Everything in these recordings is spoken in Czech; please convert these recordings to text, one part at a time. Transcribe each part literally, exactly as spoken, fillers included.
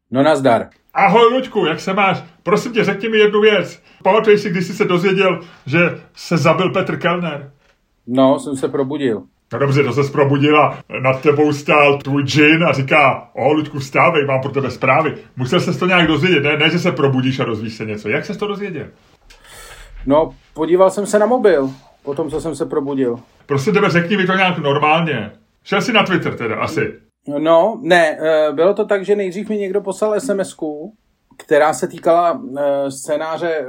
No nazdar. Ahoj, Luďku, jak se máš? Prosím tě, řekni mi jednu věc. Pamatuješ si, když jsi se dozvěděl, že se zabil Petr Kellner? No, jsem se probudil. No dobře, to ses probudil a nad tebou stál tvůj džin a říká, o, Luďku, vstávej, mám pro tebe zprávy. Musel ses to nějak dozvědět, ne, ne, že se probudíš a dozvíš se něco. Jak ses to dozvěděl? No, podíval jsem se na mobil, po tom, co jsem se probudil. Prosím tebe, řekni mi to nějak normálně. Šel jsi na Twitter teda, asi. No, ne, bylo to tak, že nejdřív mi někdo poslal SMSku, která se týkala scénáře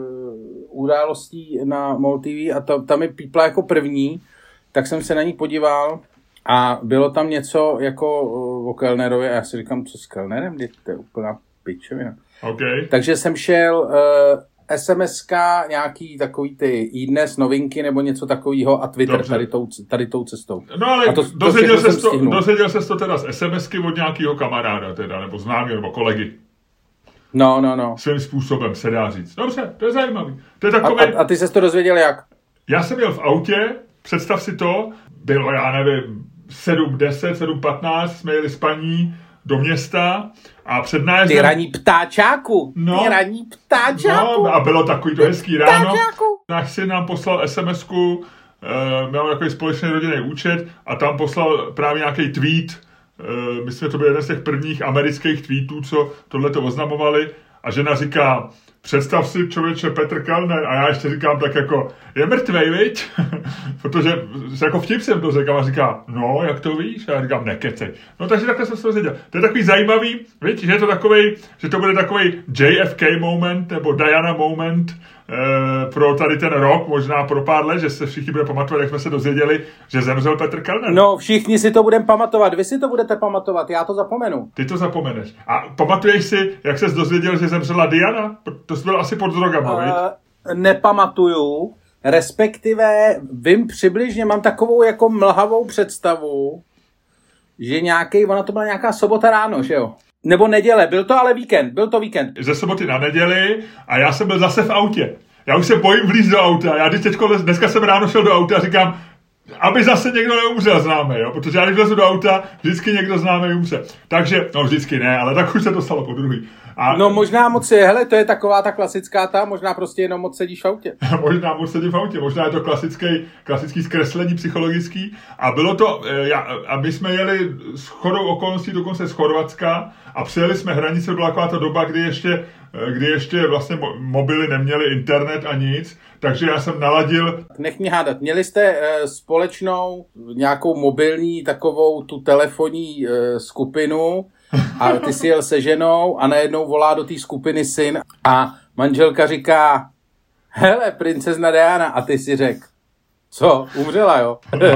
událostí na MOL T V a to, tam mi pípla jako první, tak jsem se na ní podíval a bylo tam něco jako o Kellnerovi a já si říkám, co s Kellnerem? To je úplná pičovina. Okay. Takže jsem šel uh, SMSka, nějaký takový ty iDnes novinky nebo něco takového a Twitter tady tou, tady tou cestou. No ale to, dozvěděl ses to, dozvěděl ses to teda z SMSky od nějakého kamaráda teda, nebo známého, nebo kolegy. No, no, no. Svým způsobem se dá říct. Dobře, to je zajímavý. To je takový... a, a, a ty ses to dozvěděl jak? Já jsem byl v autě, představ si to, bylo, já nevím, sedm deset, sedm patnáct, jsme jeli s paní do města a před nájezdem... Ty raní ptáčáku, no, ty raní ptáčáku. No, a bylo takový to hezký ráno. Náš syn nám poslal SMSku, uh, měl takový společný rodinný účet a tam poslal právě nějaký tweet. Uh, my jsme to byli jeden z těch prvních amerických tweetů, co tohleto oznamovali a žena říká... Představ si, člověče, Petr Kellner, a já ještě říkám tak jako, je mrtvej, viď? Protože jako vtip jsem to řekl a říká, no, jak to víš? A já říkám, nekecej. No takže takhle jsem se to zvěděl. To je takový zajímavý, viď, že je to takovej, že to bude takovej J F K moment, nebo Diana moment, e, pro tady ten rok, možná pro pár let, že se všichni budeme pamatovat, jak jsme se dozvěděli, že zemřel Petr Kellner. No, všichni si to budeme pamatovat, vy si to budete pamatovat, já to zapomenu. Ty to zapomeneš. A pamatuješ si, jak ses dozvěděl, že zemřela Diana? To jsi byl asi pod drogama, uh, viď? Nepamatuju, respektive vím přibližně, mám takovou jako mlhavou představu, že nějaký, ona to byla nějaká sobota ráno, že jo? Nebo neděle, byl to ale víkend, byl to víkend. Ze soboty na neděli a já jsem byl zase v autě. Já už se bojím vlízt do auta. Já teďko, dneska jsem ráno šel do auta a říkám, aby zase někdo neumřel známý, jo? Protože já když vlezu do auta, vždycky někdo známý umře. Takže, no vždycky ne, ale tak už se to stalo po druhý. A... No možná moc je, hele, to je taková ta klasická ta, možná prostě jenom moc sedíš v autě. možná moc sedím v autě, možná je to klasický, klasický zkreslení psychologický. A bylo to, já, a my jsme jeli s chodou okolností dokonce z Chorvatska a přijeli jsme hranice, byla taková ta doba, kdy ještě, kdy ještě vlastně mobily neměly internet a nic, takže já jsem naladil... Nech mě hádat, měli jste uh, společnou nějakou mobilní takovou tu telefonní uh, skupinu a ty si jel se ženou a najednou volá do té skupiny syn a manželka říká, hele, princezna Diana, a ty si řek, co, umřela, jo?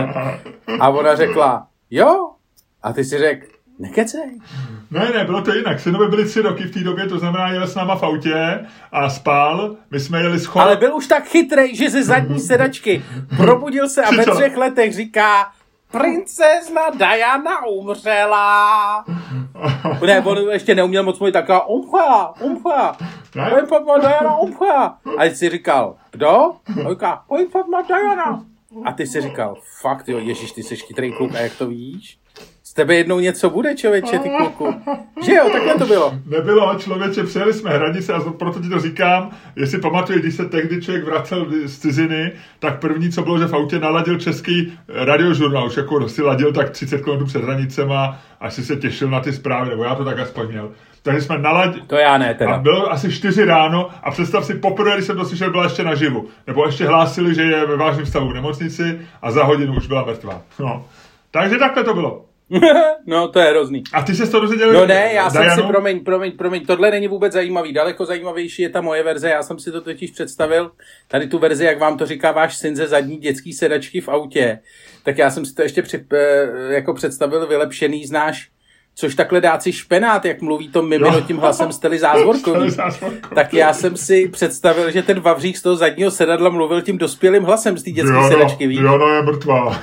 A ona řekla, jo, a ty si řek, nekecej. Ne, ne, bylo to jinak. Synovi byli tři roky v té době, to znamená, jel s náma v autě a spal. My jsme jeli s chod... Ale byl už tak chytrej, že ze zadní sedačky probudil se a ve třech letech říká, princezna Diana umřela. Ne, on ještě neuměl moc mluvit, taková umřela, umřela. Princezna Diana umřela. A ty si říkal, kdo? A říká, princezna Diana. A ty si říkal, fakt jo, ježiš, ty jsi chytrý kluk, a jak to víš? Z tebe jednou něco bude, člověče, ty kluku. Že jo, takhle to bylo. Nebylo, člověče, přejeli jsme hranice a proto ti to říkám, jestli pamatuješ, když se tehdy člověk vracel z ciziny, tak první, co bylo, že v autě naladil český radiožurnál, už jako si ladil tak třicet kilometrů před hranicema, až si se těšil na ty zprávy, nebo já to tak aspoň měl. Takže jsme naladili. To já ne, teda. A bylo asi čtyři ráno a představ si, poprvé, když jsem to slyšel, byla ještě naživu. Nebo ještě hlásili, že je ve vážném stavu v nemocnici a za hodinu už byla mrtvá. No. Takže takhle to bylo. No, to je hrozný. A ty jsi to dozvěděl? No ne, já Dianu? jsem si, promiň, promiň, promiň, tohle není vůbec zajímavý, daleko zajímavější je ta moje verze, já jsem si to totiž představil, tady tu verzi, jak vám to říká váš syn ze zadní dětský sedačky v autě, tak já jsem si to ještě při, jako představil vylepšený, znáš, což takhle dá si špenát, jak mluví to mimino tím hlasem Stely Zázvorkový. Tak já jsem si představil, že ten Vavřík z toho zadního sedadla mluvil tím dospělým hlasem z té dětské Diana, sedačky, víš? Diana je mrtvá.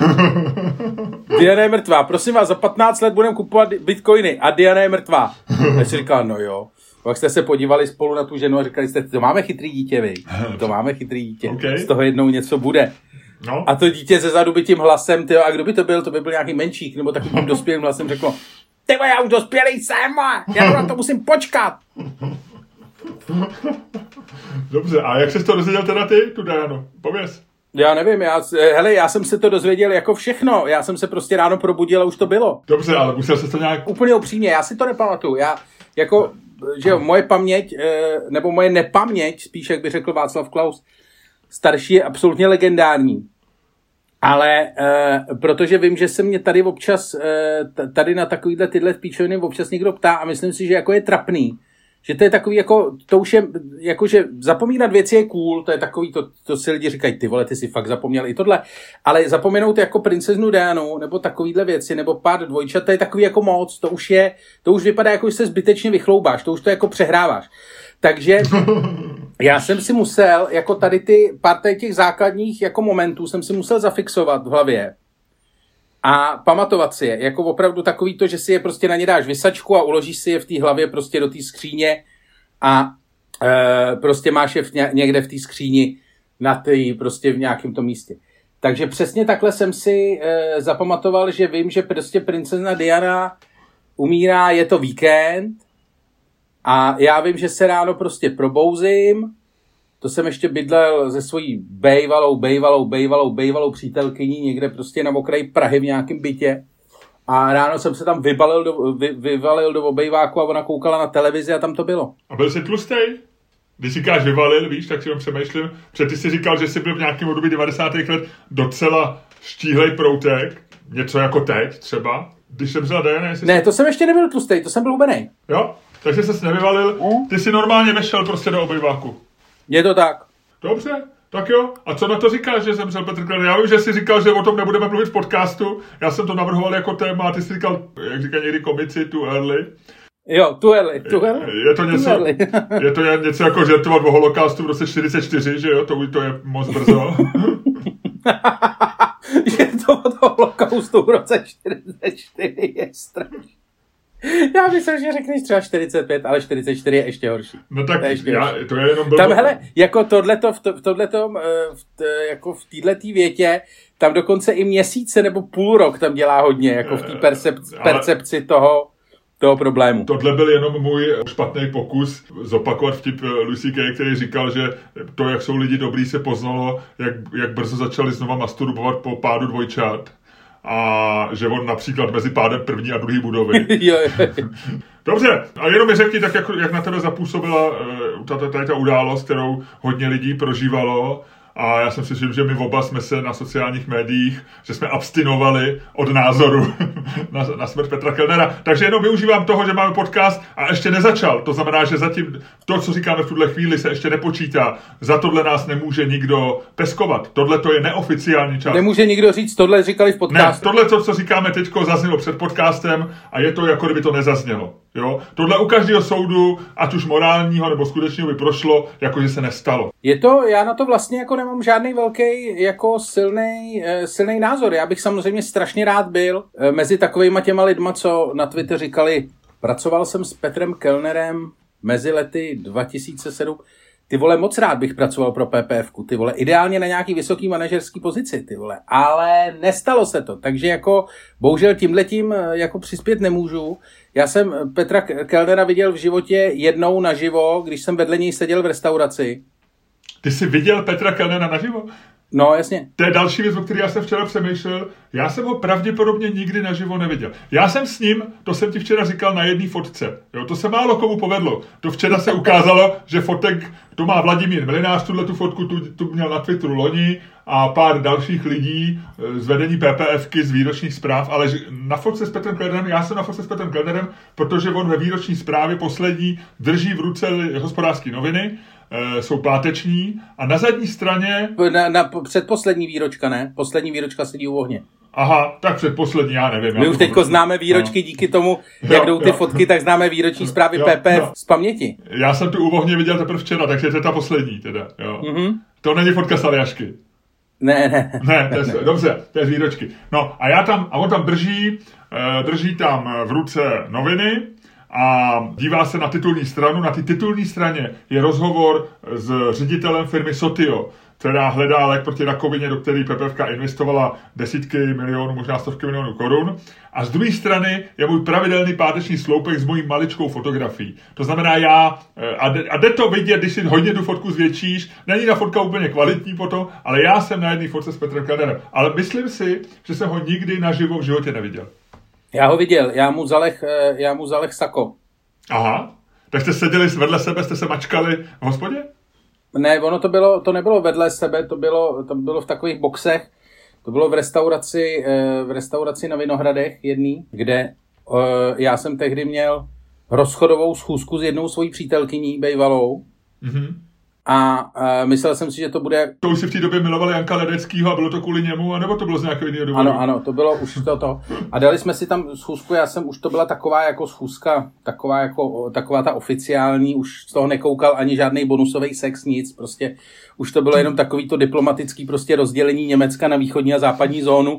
Diana je mrtvá. Prosím vás, za patnáct let budeme kupovat bitcoiny a Diana je mrtvá. Já si říkal, no jo. Pak jste se podívali spolu na tu ženu a říkali jste, to máme chytrý dítě, vy. To máme chytrý dítě. Okay. Z toho jednou něco bude. No. A to dítě ze zadu by tím hlasem, tyjo, a kdo by to byl, to by byl nějaký menšík, nebo takovým dospělým hlasem řeklo, Ty vole, já už dospělý jsem, já na to musím počkat. Dobře, a jak jsi to dozvěděl teda ty, tu Dianu? Pověz. Já nevím, já, hele, já jsem se to dozvěděl jako všechno. Já jsem se prostě ráno probudil a už to bylo. Dobře, ale musel se to nějak... Úplně upřímně, já si to nepamatuju. Já, jako, že jo, moje paměť, nebo moje nepaměť, spíš, jak by řekl Václav Klaus, starší je absolutně legendární. Ale e, protože vím, že se mě tady občas, e, tady na takovýhle tyhle píčoviny občas někdo ptá a myslím si, že jako je trapný. Že to je takový, jako, to už je, jako, že zapomínat věci je cool, to je takový, to, to si lidi říkají, ty vole, ty si fakt zapomněl i tohle, ale zapomenout jako princeznu Dianu, nebo takovýhle věci, nebo pár dvojčat, to je takový jako moc, to už je, to už vypadá, jako, že se zbytečně vychloubáš, to už to jako přehráváš. Takže já jsem si musel, jako tady ty pár těch základních jako momentů jsem si musel zafixovat v hlavě a pamatovat si je, jako opravdu takový to, že si je prostě na ně dáš vysačku a uložíš si je v té hlavě prostě do té skříně a e, prostě máš je v ně, někde v té skříni na té prostě v nějakém tom místě. Takže přesně takhle jsem si e, zapamatoval, že vím, že prostě princezna Diana umírá, je to víkend a já vím, že se ráno prostě probouzím. To jsem ještě bydlel se svojí bejvalou, bejvalou, bejvalou, bejvalou přítelkyní někde prostě na okraji Prahy v nějakém bytě. A ráno jsem se tam vybalil do, vy, vyvalil do obejváku a ona koukala na televizi a tam to bylo. A byl jsi tlustej? Když říkáš vyvalil, víš, tak si jenom přemýšlím. Protože ty jsi říkal, že jsi byl v nějakém období devadesátých let docela štíhlej proutek. Něco jako teď třeba. Když jsem vzala Diana, jestli... Ne, to jsem ještě nebyl tlustej, to jsem byl hubenej. Jo? Takže ses nevyvalil. Ty jsi normálně vešel prostě do obejváku. Je to tak. Dobře, tak jo. A co na to říkáš, že zemřel Petr Kellner? Já vím, že jsi říkal, že o tom nebudeme mluvit v podcastu. Já jsem to navrhoval jako téma a ty jsi říkal, jak říkají někdy komici, too early. Jo, too early. Too early. Je, je to něco, je to něco jako žertovat o holokaustu v roce čtyřicet čtyři, že jo? To, to je moc brzo. Že to od holokaustu v roce čtyřicet čtyři je strašný. Já myslím, že řekneš třeba čtyřicet pět, ale čtyřicet čtyři je ještě horší. No tak to je, ještě já, horší. To je jenom blbo. Tam, hele, jako tohleto, v, to, v tohletom, v, jako v této větě, tam dokonce i měsíce nebo půl rok tam dělá hodně, jako v té percepci, percepci toho, toho problému. Tohle byl jenom můj špatný pokus zopakovat vtip Louis C K, který říkal, že to, jak jsou lidi dobrý, se poznalo, jak, jak brzo začali znova masturbovat po pádu dvojčat. A že on například mezi pádem první a druhý budovy. jo, jo. Dobře, a jenom mi řekni, tak jak, jak na tebe zapůsobila uh, tady ta událost, kterou hodně lidí prožívalo. A já jsem si říkal, že my oba jsme se na sociálních médiích, že jsme abstinovali od názoru na, na smrt Petra Kellnera. Takže jenom využívám toho, že máme podcast a ještě nezačal. To znamená, že zatím to, co říkáme v tuhle chvíli, se ještě nepočítá. Za tohle nás nemůže nikdo peskovat. Tohle to je neoficiální čas. Nemůže nikdo říct, tohle říkali v podcastu. Ne, tohle, to, co říkáme teďko, zaznělo před podcastem a je to, jako kdyby to nezaznělo. Jo? Tohle u každého soudu, ať už morálního nebo skutečného, by prošlo, jakože se nestalo. Je to, já na to vlastně jako nemám žádný velký jako silný, silný názor. Já bych samozřejmě strašně rád byl mezi takovejma těma lidma, co na Twitter říkali, pracoval jsem s Petrem Kellnerem mezi lety dva tisíce sedm. Ty vole, moc rád bych pracoval pro PPFku, ty vole, ideálně na nějaký vysoký manažerský pozici, ty vole, ale nestalo se to, takže jako bohužel tímhletím jako přispět nemůžu. Já jsem Petra Kellnera viděl v životě jednou naživo, když jsem vedle něj seděl v restauraci. Ty jsi viděl Petra Kellnera naživo? No, jasně. To je další věc, o které já jsem včera přemýšlel. Já jsem ho pravděpodobně nikdy naživo neviděl. Já jsem s ním, to jsem ti včera říkal na jedné fotce. Jo, to se málo komu povedlo. To včera se ukázalo, že fotek, to má Vladimír Mlynář, tuhle tu fotku tu, tu měl na Twitteru loni a pár dalších lidí z vedení PPFky z výročních zpráv, ale na fotce s Petrem Kellnerem, já jsem na fotce s Petrem Kellnerem, protože on ve výroční zprávě poslední drží v ruce Hospodářské noviny, jsou páteční a na zadní straně... Na, na předposlední výročka, ne? Poslední výročka sedí u ohně. Aha, tak předposlední, já nevím. My já už teďko prostě... známe výročky no. Díky tomu, jak jo, jdou ty jo. Fotky, tak známe výroční zprávy jo, P P F jo. Z paměti. Já jsem tu u ohně viděl teprve včera, takže to je ta poslední teda, jo. Mm-hmm. To není fotka z Aljašky. Ne, ne. Ne, to je, ne. Dobře, to je z výročky. No a já tam, a on tam drží, drží tam v ruce noviny a dívá se na titulní stranu. Na té titulní straně je rozhovor s ředitelem firmy Sotio, která hledá lék proti rakovině, do které P P F K investovala desítky milionů, možná stovky milionů korun. A z druhé strany je můj pravidelný páteční sloupek s mojí maličkou fotografií. To znamená já, a jde, a jde to vidět, když si hodně tu fotku zvětšíš, není ta fotka úplně kvalitní potom, ale já jsem na jedné fotce s Petrem Kellnerem. Ale myslím si, že jsem ho nikdy naživo v životě neviděl. Já ho viděl, já mu zaleh, já mu zaleh sako. Aha, tak jste seděli vedle sebe, jste se mačkali v hospodě? Ne, ono to bylo, to nebylo vedle sebe, to bylo, to bylo v takových boxech, to bylo v restauraci, v restauraci na Vinohradech jedný, kde já jsem tehdy měl rozchodovou schůzku s jednou svojí přítelkyní bejvalou. Mm-hmm. A, a myslel jsem si, že to bude... To už si v té době miloval Janka Ledeckýho a bylo to kvůli němu, anebo to bylo z nějakého jiného důvodu? Ano, ano, to bylo už to, to. A dali jsme si tam schůzku, já jsem, už to byla taková jako schůzka, taková jako, taková ta oficiální, už z toho nekoukal ani žádný bonusový sex, nic, prostě už to bylo jenom takový to diplomatický prostě rozdělení Německa na východní a západní zónu.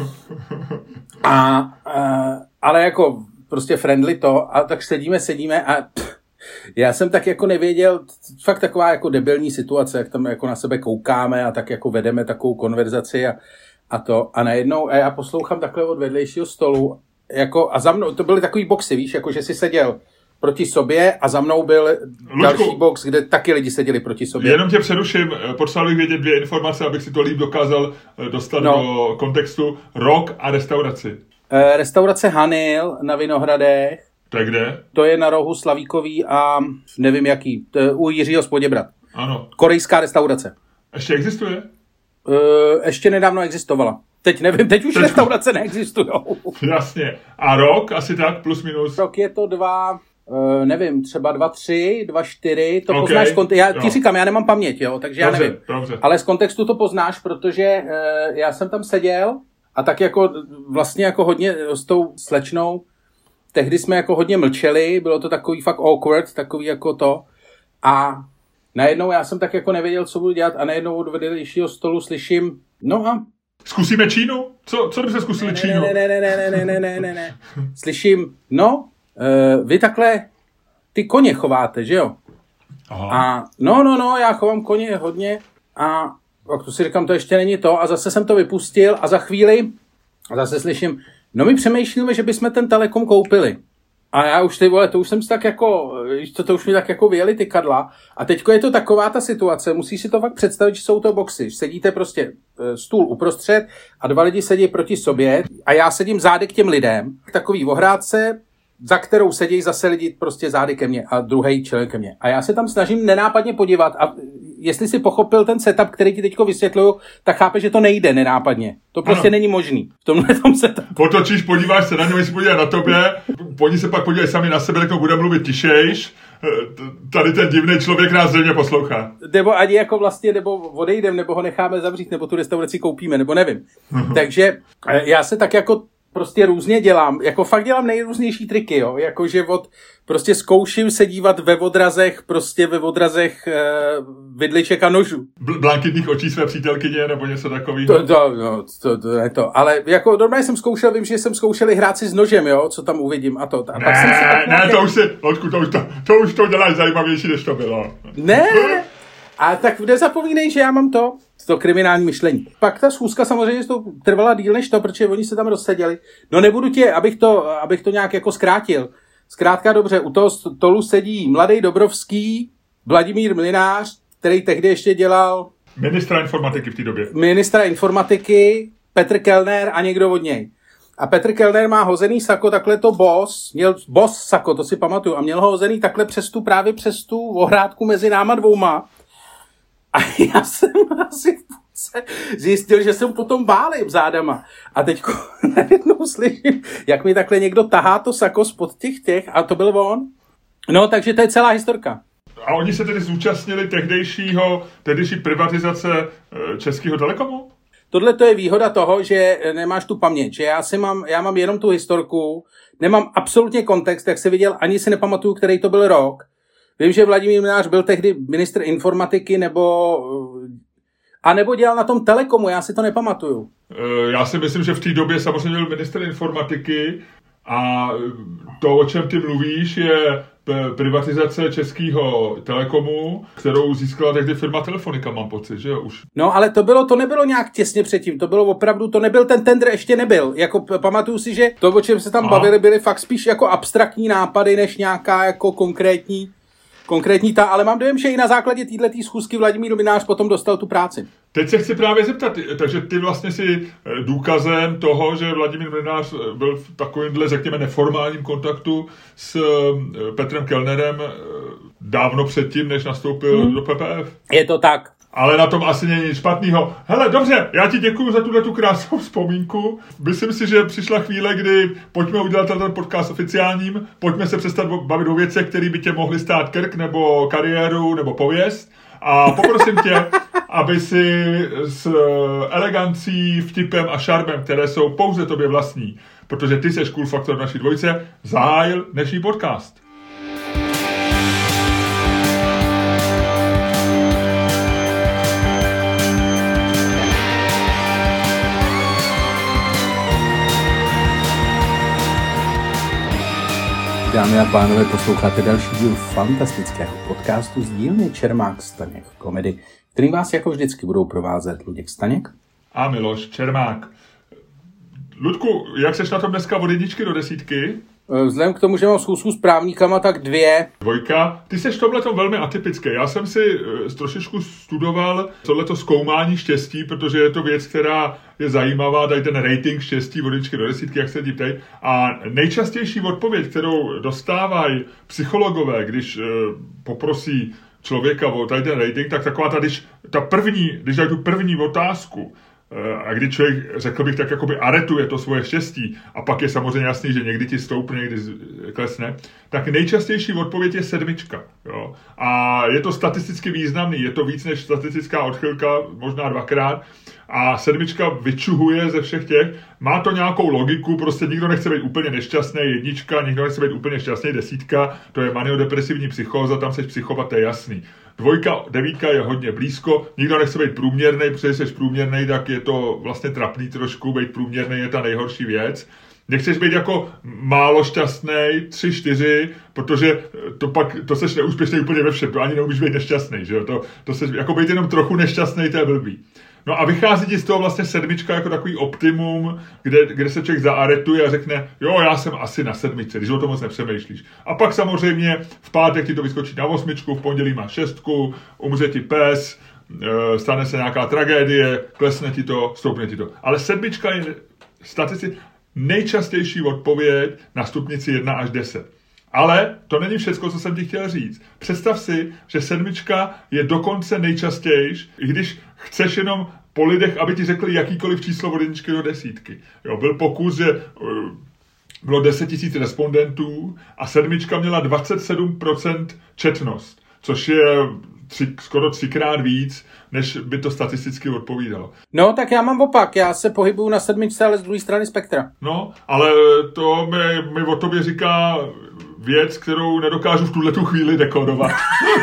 A, a ale jako prostě friendly to, a tak sedíme, sedíme a... Já jsem tak jako nevěděl, fakt taková jako debilní situace, jak tam jako na sebe koukáme a tak jako vedeme takovou konverzaci a, a to. A najednou a já poslouchám takhle od vedlejšího stolu jako, a za mnou, to byly takový boxy, víš, jako že si seděl proti sobě a za mnou byl Luďku, další box, kde taky lidi seděli proti sobě. Jenom tě přeruším, potřeboval bych vědět dvě informace, abych si to líp dokázal dostat no. do kontextu. Rok a restauraci. E, restaurace Hanil na Vinohradech. To je kde? To je na rohu Slavíkový a nevím jaký, u Jiřího z Poděbrad. Ano. Korejská restaurace. Ještě existuje? Uh, ještě nedávno existovala. Teď nevím, teď už teď... restaurace neexistujou. Jasně. A rok asi tak, plus minus? Rok je to dva, uh, nevím, třeba dva, tři, dva, čtyři, to okay. Poznáš, kont- já ti jo. říkám, já nemám paměť, jo, takže dobře, já nevím. Dobře. Ale z kontextu to poznáš, protože uh, já jsem tam seděl a tak jako vlastně jako hodně s tou slečnou. Tehdy jsme jako hodně mlčeli, bylo to takový fakt awkward, takový jako to. A najednou já jsem tak jako nevěděl, co budu dělat a najednou od vedlejšího stolu slyším, no a... Zkusíme Čínu? Co, co by se zkusili ne, Čínu? Ne, ne, ne, ne, ne, ne, ne, ne, ne. Slyším, no, uh, vy takhle ty koně chováte, že jo? Aha. A no, no, no, já chovám koně hodně a tak to si říkám, to ještě není to a zase jsem to vypustil a za chvíli a zase slyším, no my přemýšlíme, že bychom ten Telekom koupili. A já už ty vole, to už jsem si tak jako, to, to už mi tak jako vyjeli ty kadla. A teďko je to taková ta situace, musíš si to fakt představit, že jsou to boxy. Sedíte prostě stůl uprostřed a dva lidi sedí proti sobě a já sedím zády k těm lidem. Takový ohrádce, za kterou sedí zase lidi prostě zády ke mně a druhý člen ke mně. A já se tam snažím nenápadně podívat a jestli si pochopil ten setup, který ti teďko vysvětluju, tak chápe, že to nejde nenápadně. To prostě ano. Není možný. V tomhle tom setupu. Potočíš, podíváš se na ně, si podívají na tobě, oni se pak podívají sami na sebe, tak to bude mluvit tišejš. Tady ten divný člověk nás zřejmě poslouchá. Nebo ani jako vlastně, nebo odejdem, nebo ho necháme zavřít, nebo tu restauraci koupíme, nebo nevím. Takže já se tak jako prostě různě dělám, jako fakt dělám nejrůznější triky, jo, jakože od, prostě zkouším se dívat ve odrazech, prostě ve odrazech e, vidliček a nožů. Bl- blankitných očí své přítelkyně, nebo něco takového? To, to, no, to, to je to, ale jako normálně jsem zkoušel, vím, že jsem zkoušel hrát si s nožem, jo, co tam uvidím a to. A ne, pak jsem si tak ne, to už si, Lodku, to už to, to už to děláš zajímavější, než to bylo. Ne, a tak nezapomínej, že já mám to, to kriminální myšlení. Pak ta schůzka samozřejmě to trvala díl než to, protože oni se tam rozseděli. No nebudu tě, abych to, abych to nějak jako zkrátil. Zkrátka dobře, u toho stolu sedí mladý Dobrovský, Vladimír Mlynář, který tehdy ještě dělal... Ministra informatiky v té době. Ministra informatiky, Petr Kellner a někdo od něj. A Petr Kellner má hozený sako, takhle to boss, měl boss sako, to si pamatuju, a měl ho hozený takhle přes tu, právě přes tu ohrádku mezi náma dvouma. A já jsem asi v půlce zjistil, že jsem potom válím zádama. A teďko najednou slyším, jak mi takhle někdo tahá to sako spod těch těch, a to byl on. No, takže to je celá historka. A oni se tedy zúčastnili tehdejšího, tehdejší privatizace Českého Telekomu? Tohle to je výhoda toho, že nemáš tu paměť, že já si mám, já mám jenom tu historku, nemám absolutně kontext, jak jsi viděl, ani si nepamatuju, který to byl rok. Vím, že Vladimír Mlynář byl tehdy ministr informatiky, nebo a nebo dělal na tom Telekomu, já si to nepamatuju. Já si myslím, že v té době samozřejmě byl ministr informatiky A to, o čem ty mluvíš, je privatizace Českého Telekomu, kterou získala tehdy firma Telefonika, mám pocit, že jo, už. No, ale to bylo, to nebylo nějak těsně předtím, to bylo opravdu, to nebyl, ten tender ještě nebyl, jako pamatuju si, že to, o čem se tam Aha. bavili, byly fakt spíš jako abstraktní nápady, než nějaká jako konkrétní, konkrétní ta, ale mám dojem, že i na základě této schůzky Vladimír Mynář potom dostal tu práci. Teď se chci právě zeptat, takže ty vlastně si důkazem toho, že Vladimír Mynář byl v takovémhle, řekněme, neformálním kontaktu s Petrem Kellnerem dávno předtím, než nastoupil hmm. do P P F. Je to tak. Ale na tom asi není nic špatného. Hele, dobře, já ti děkuju za tuhle tu krásnou vzpomínku. Myslím si, že přišla chvíle, kdy pojďme udělat ten podcast oficiálním, pojďme se přestat bavit o věcech, které by tě mohly stát krk, nebo kariéru, nebo pověst. A poprosím tě, aby si s elegancí, vtipem a šarmem, které jsou pouze tobě vlastní, protože ty seš cool faktor naší dvojice, zahájil dnešní podcast. Dámy a pánové, posloucháte další díl fantastického podcastu z dílny Čermák Staněk komedy, který vás jako vždycky budou provázet Luděk Staněk a Miloš Čermák. Ludku, jak seš na tom dneska od jedničky do desítky? Vzhledem k tomu, že mám schůzku s právníkama, tak dvě. Dvojka. Ty seš tomhletom velmi atypický. Já jsem si trošičku studoval tohleto zkoumání štěstí, protože je to věc, která je zajímavá, tady ten rating štěstí od jedničky do desítky, jak se dívej. A nejčastější odpověď, kterou dostávají psychologové, když uh, poprosí člověka o tady ten rating, tak taková ta, když, ta první, když dají tu první otázku, a kdy člověk, řekl bych, tak jakoby aretuje to svoje štěstí a pak je samozřejmě jasný, že někdy ti stoupne, někdy klesne, tak nejčastější odpověď je sedmička. Jo? A je to statisticky významný, je to víc než statistická odchylka, možná dvakrát, a sedmička vyčuhuje ze všech těch, má to nějakou logiku, prostě nikdo nechce být úplně nešťastný, jednička, nikdo nechce být úplně šťastný, desítka, to je maniodepresivní psychóza, tam seš psychopat, to je jasný. Dvojka, devítka je hodně blízko, nikdo nechce být průměrnej, protože jsi průměrnej, tak je to vlastně trapný trošku, být průměrnej je ta nejhorší věc. Nechceš být jako málo šťastnej, tři, čtyři, protože to pak, to seš neúspěšný úplně ve všem, to ani neumíš být nešťastný, že jo, to, to seš, jako být jenom trochu nešťastný, to je blbý. No a vychází ti z toho vlastně sedmička jako takový optimum, kde, kde se člověk zaaretuje a řekne, jo, já jsem asi na sedmičce, když o tom moc nepřemýšlíš. A pak samozřejmě v pátek ti to vyskočí na osmičku, v pondělí máš šestku, umře ti pes, stane se nějaká tragédie, klesne ti to, stoupne ti to. Ale sedmička je statisticky nejčastější odpověď na stupnici jedna až deset. Ale to není všecko, co jsem ti chtěl říct. Představ si, že sedmička je dokonce nejčastější, i když chceš jenom po lidech, aby ti řekli jakýkoliv číslo od jedničky do desítky. Jo, byl pokus, že uh, bylo deset tisíc respondentů a sedmička měla dvacet sedm procent četnost, což je tři, skoro třikrát víc, než by to statisticky odpovídalo. No, tak já mám opak. Já se pohybuju na sedmičce, ale z druhé strany spektra. No, ale to mi, mi o tobě říká věc, kterou nedokážu v tuhletu chvíli dekodovat.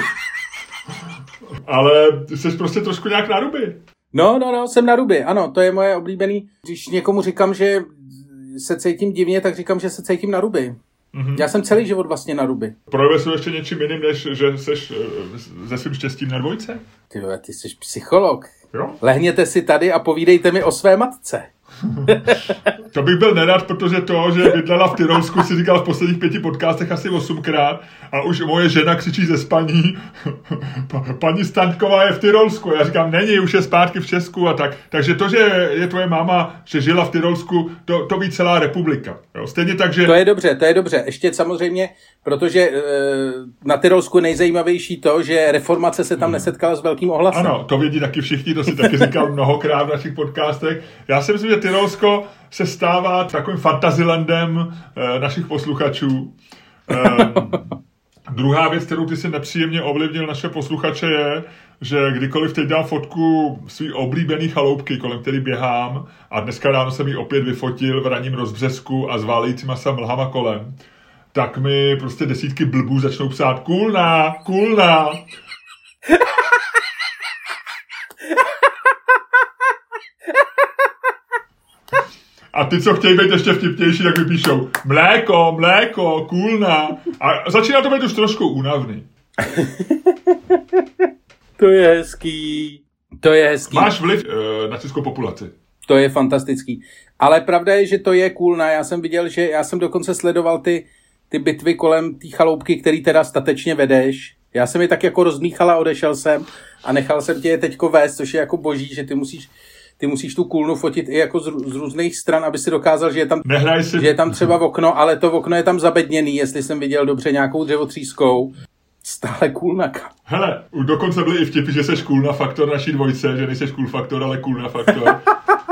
Ale jsi prostě trošku nějak na ruby. No, no, no, jsem na ruby, ano, to je moje oblíbený. Když někomu říkám, že se cítím divně, tak říkám, že se cítím na ruby. Mm-hmm. Já jsem celý život vlastně na ruby. Projevuje se ještě něčím jiným, než že jsi se svým štěstím na dvojce? Ty vole, ty jsi psycholog. Jo? Lehněte si tady a povídejte mi o své matce. To bych byl nerad, protože to, že bydlela v Tyrolsku, si říkal v posledních pěti podcastech asi osmkrát a už moje žena křičí ze spaní, paní Staňková je v Tyrolsku. Já říkám, není, už je zpátky v Česku a tak. Takže to, že je tvoje máma, že žila v Tyrolsku, to, to ví celá republika. Jo? Stejně tak, že... To je dobře, to je dobře. Ještě samozřejmě, protože e, na Tyrolsku nejzajímavější to, že reformace se tam hmm. nesetkala s velkým ohlasem. Ano, to vědí taky všichni, to si taky říkal mnohokrát v našich podcastech. Já si myslím, že Tyrolsko se stává takovým fantasylandem e, našich posluchačů. E, druhá věc, kterou ty si nepříjemně ovlivnil naše posluchače, je, že kdykoliv teď dám fotku svý oblíbený chaloupky, kolem který běhám, a dneska ráno jsem ji opět vyfotil v ranním rozbřesku a s válejícíma se mlhama kolem, tak mi prostě desítky blbů začnou psát kulná, kulná. A ty, co chtějí být ještě vtipnější, tak mi píšou mléko, mléko, kůlna. A začíná to být už trošku únavný. To je hezký. To je hezký. Máš vliv uh, na českou populaci. To je fantastický. Ale pravda je, že to je kůlna. Já jsem viděl, že já jsem dokonce sledoval ty, ty bitvy kolem té chaloupky, který teda statečně vedeš. Já jsem je tak jako rozmíchal a odešel jsem a nechal jsem tě je teďko vést, což je jako boží, že ty musíš ty musíš tu kůlnu fotit i jako z, z různých stran, aby si dokázal, že je tam, si... že je tam třeba okno, ale to okno je tam zabedněný, jestli jsem viděl dobře nějakou dřevotřískou. Stále kůlna. Hele, dokonce byly i vtipy, že seš kůlna faktor naší dvojce, že nejseš cool faktor, ale kůlna faktor.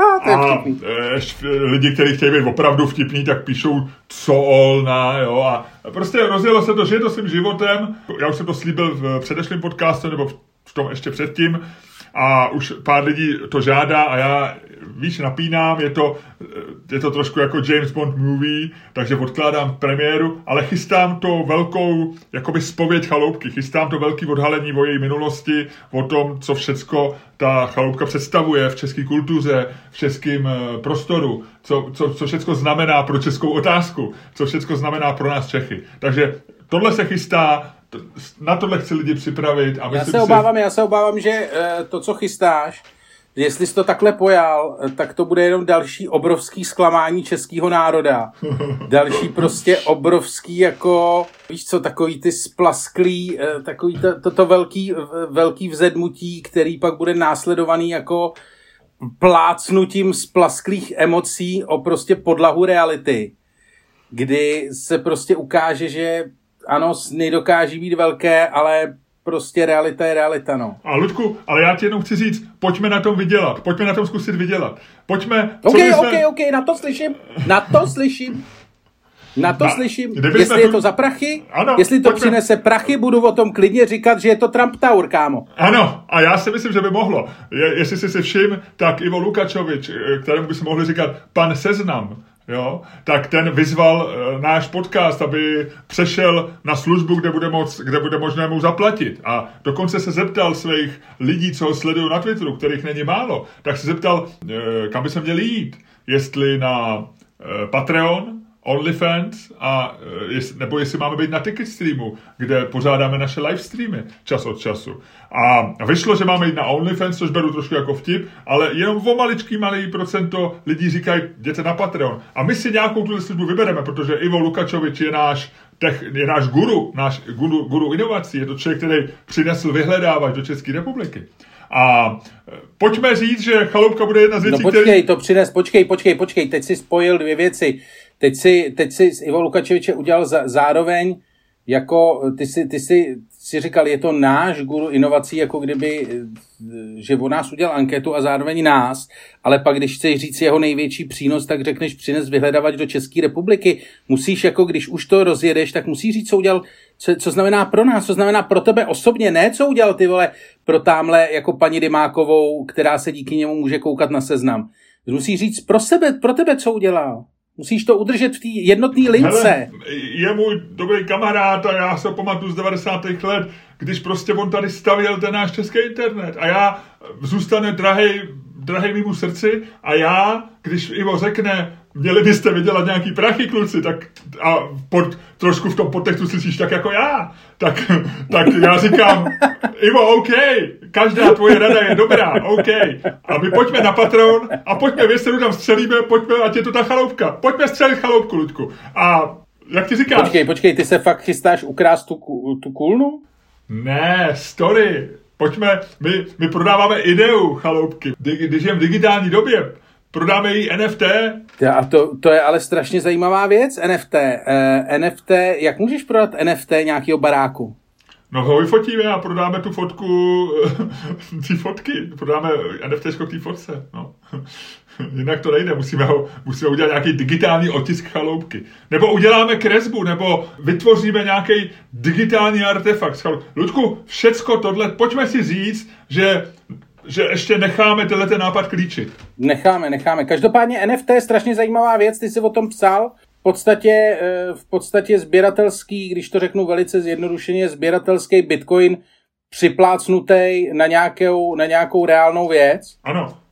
A e, lidi, kteří chtějí být opravdu vtipní, tak píšou co all na, jo, a prostě rozjelo se to, že je to svým životem. Já už jsem to slíbil v předešlém podcastu, nebo v tom ještě předtím, a už pár lidí to žádá a já, víš, napínám, je to, je to trošku jako James Bond movie, takže odkládám premiéru, ale chystám to velkou, jakoby zpověď chaloupky, chystám to velký odhalení o její minulosti, o tom, co všecko ta chaloupka představuje v české kultuře, v českém prostoru, co, co, co všecko znamená pro českou otázku, co všecko znamená pro nás Čechy. Takže tohle se chystá, na tohle chci lidi připravit. A já se obávám, si... já se obávám, že to, co chystáš, jestli jsi to takhle pojal, tak to bude jenom další obrovský zklamání českého národa. Další prostě obrovský, jako, víš co, takový ty splasklý, takový to, to, to velký, velký vzedmutí, který pak bude následovaný jako plácnutím splasklých emocí o prostě podlahu reality, kdy se prostě ukáže, že ano, sny dokáží být velké, ale prostě realita je realita, no. A Luďku, ale já ti jenom chci říct, pojďme na tom vydělat, pojďme na tom zkusit vydělat. Pojďme... OK, jsme... OK, OK, na to slyším, na to slyším. Na to na, slyším. Jestli tu... je to za prachy, ano, jestli to pojďme. Přinese prachy, budu o tom klidně říkat, že je to Trump Tower, kámo. Ano, a já si myslím, že by mohlo. Je, jestli jsi si všim, tak Ivo Lukačovič, kterému by se mohli říkat pan Seznam, jo, tak ten vyzval uh, náš podcast, aby přešel na službu, kde bude, moc, kde bude možné mu zaplatit. A dokonce se zeptal svých lidí, co ho sledují na Twitteru, kterých není málo, tak se zeptal, uh, kam by se měli jít. Jestli na uh, Patreon, OnlyFans, a, nebo jestli máme být na Ticketstreamu, kde pořádáme naše livestreamy čas od času. A vyšlo, že máme jít na OnlyFans, což beru trošku jako vtip, ale jenom o maličký malý procento lidí říkají, jděte na Patreon. A my si nějakou tuhle službu vybereme, protože Ivo Lukačovič je náš, tech, je náš guru, náš guru, guru inovací, je to člověk, který přinesl vyhledávač do České republiky. A pojďme říct, že chaloupka bude jedna z věcí, no počkej, který... to přines, počkej, počkej, počkej, teď si spojil dvě věci. Teď si, teď si z Ivo Lukačeviče udělal za, zároveň, jako ty si, ty si, si říkal, je to náš guru inovací, jako kdyby, že o nás udělal anketu a zároveň nás, ale pak, když chceš říct jeho největší přínos, tak řekneš přines vyhledavač do České republiky. Musíš, jako když už to rozjedeš, tak musíš říct, co udělal, co, co znamená pro nás, co znamená pro tebe osobně, ne co udělal ty vole pro támhle jako paní Dymákovou, která se díky němu může koukat na Seznam. Musíš říct pro sebe, pro tebe, co udělal. Musíš to udržet v té jednotné lince. Hele, je můj dobrý kamarád a já se pamatuju z devadesátých let, když prostě on tady stavěl ten náš český internet a já zůstane drahej, drahej mýmu srdci a já, když Ivo řekne, měli byste vydělat nějaký prachy, kluci, tak a pod, trošku v tom podtextu slyšíš tak jako já, tak, tak já říkám, Ivo, OK, každá tvoje rada je dobrá, OK, a my pojďme na Patreon a pojďme, věřte, tam střelíme, pojďme, ať je to ta chaloupka, pojďme střelit chaloupku, Luďku. A jak ti říkáš? Počkej, počkej, ty se fakt chystáš ukrást tu, tu kůlnu? Ne, story, pojďme, my, my prodáváme ideu chaloupky, když jem v digitální době, prodáme jí N F T. A to, to je ale strašně zajímavá věc, N F T. Uh, N F T, jak můžeš prodat N F T nějakého baráku? No ho vyfotíme a prodáme tu fotku, ty fotky, prodáme NFTčko k té fotce, no. Jinak to nejde, musíme, ho, musíme udělat nějaký digitální otisk chaloupky. Nebo uděláme kresbu, nebo vytvoříme nějaký digitální artefakt. Luďku, všecko tohle, pojďme si říct, že že ještě necháme tenhle ten nápad klíčit. Necháme, necháme. Každopádně N F T je strašně zajímavá věc, ty jsi o tom psal. V podstatě, v podstatě sběratelský, když to řeknu velice zjednodušeně, sběratelský Bitcoin připlácnutý na nějakou, na nějakou reálnou věc. Ano.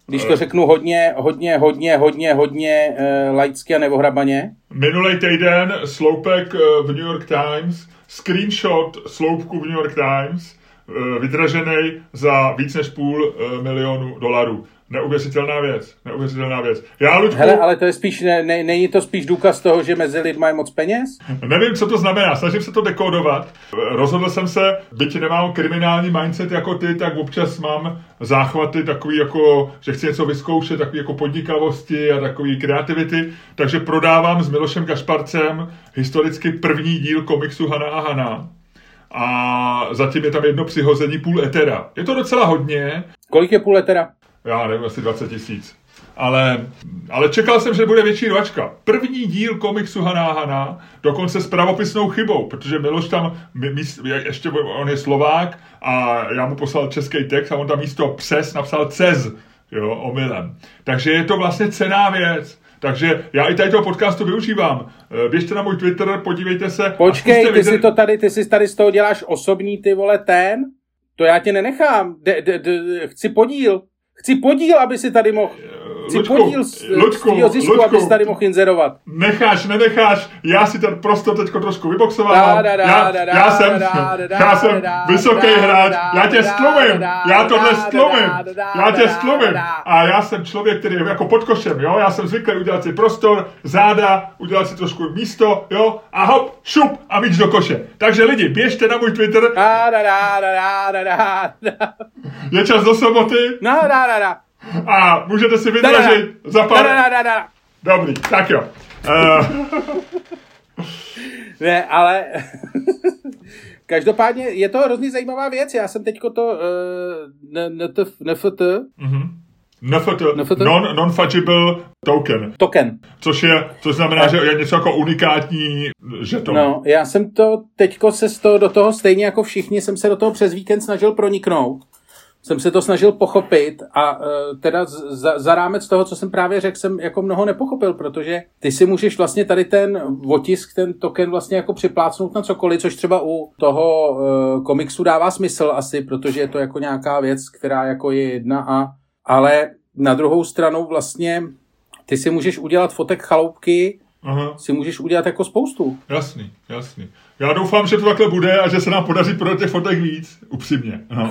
Když to řeknu hodně, hodně, hodně, hodně, hodně uh, laicky a neohrabaně. Minulý týden sloupek uh, v New York Times, screenshot sloupku v New York Times, uh, vydražený za víc než půl uh, milionu dolarů. Neuvěřitelná věc, neuvěřitelná věc. Já, Luďku... Hele, ale to je spíš, ne, ne, není to spíš důkaz toho, že mezi lidmi je moc peněz? Nevím, co to znamená, snažím se to dekodovat. Rozhodl jsem se, byť nemám kriminální mindset jako ty, tak občas mám záchvaty takový jako, že chci něco vyzkoušet, takový jako podnikavosti a takový kreativity, takže prodávám s Milošem Gašparcem historicky první díl komiksu Hana a Hana. A zatím je tam jedno přihození půl etera. Je to docela hodně. Kolik je půl etera? Já nevím, asi dvacet tisíc. Ale, ale čekal jsem, že bude větší rvačka. První díl komiksu Hana a Hana, dokonce s pravopisnou chybou, protože Miloš tam, míst, ještě on je Slovák a já mu poslal český text a on tam místo přes napsal cez, jo, omylem. Takže je to vlastně cenná věc. Takže já i tady toho podcastu využívám. Běžte na můj Twitter, podívejte se. Počkej, ty vidět... si to tady, ty si tady z toho děláš osobní, ty vole, ten? To já tě nenechám. De, de, de, chci podíl. Chci podíl, aby si tady mohl... Chci Luďku, podíl z Luďku, zisku, Luďku, aby si tady mohl inzerovat. Necháš, nenecháš, já si ten prostor teďko trošku vyboxovávám. Já, já jsem, já jsem vysoký hráč, já tě stlumím, já tohle stlumím, já tě stlumím. A já jsem člověk, který je jako pod košem, jo, já jsem zvyklý udělat si prostor, záda, udělat si trošku místo, jo, a hop, šup a míč do koše. Takže lidi, běžte na můj Twitter. Je čas do soboty. A můžete si vydražit za pár... Dobrý, tak jo. Uh... Ne, ale... Každopádně je to hrozně zajímavá věc. Já jsem teďko to... Uh, N F T... N F T, non, non-fungible token. Token. Což je, což znamená, že je něco jako unikátní žeton. No, já jsem to teďko se z toho, do toho stejně jako všichni jsem se do toho přes víkend snažil proniknout. Jsem se to snažil pochopit a uh, teda za, za rámec toho, co jsem právě řekl, jsem jako mnoho nepochopil, protože ty si můžeš vlastně tady ten otisk, ten token vlastně jako připlácnout na cokoliv, což třeba u toho uh, komiksu dává smysl asi, protože je to jako nějaká věc, která jako je jedna a ale na druhou stranu vlastně ty si můžeš udělat fotek chaloupky, aha, si můžeš udělat jako spoustu. Jasný, jasný. Já doufám, že to takhle bude a že se nám podaří prodat těch fotek víc, upřímně. No.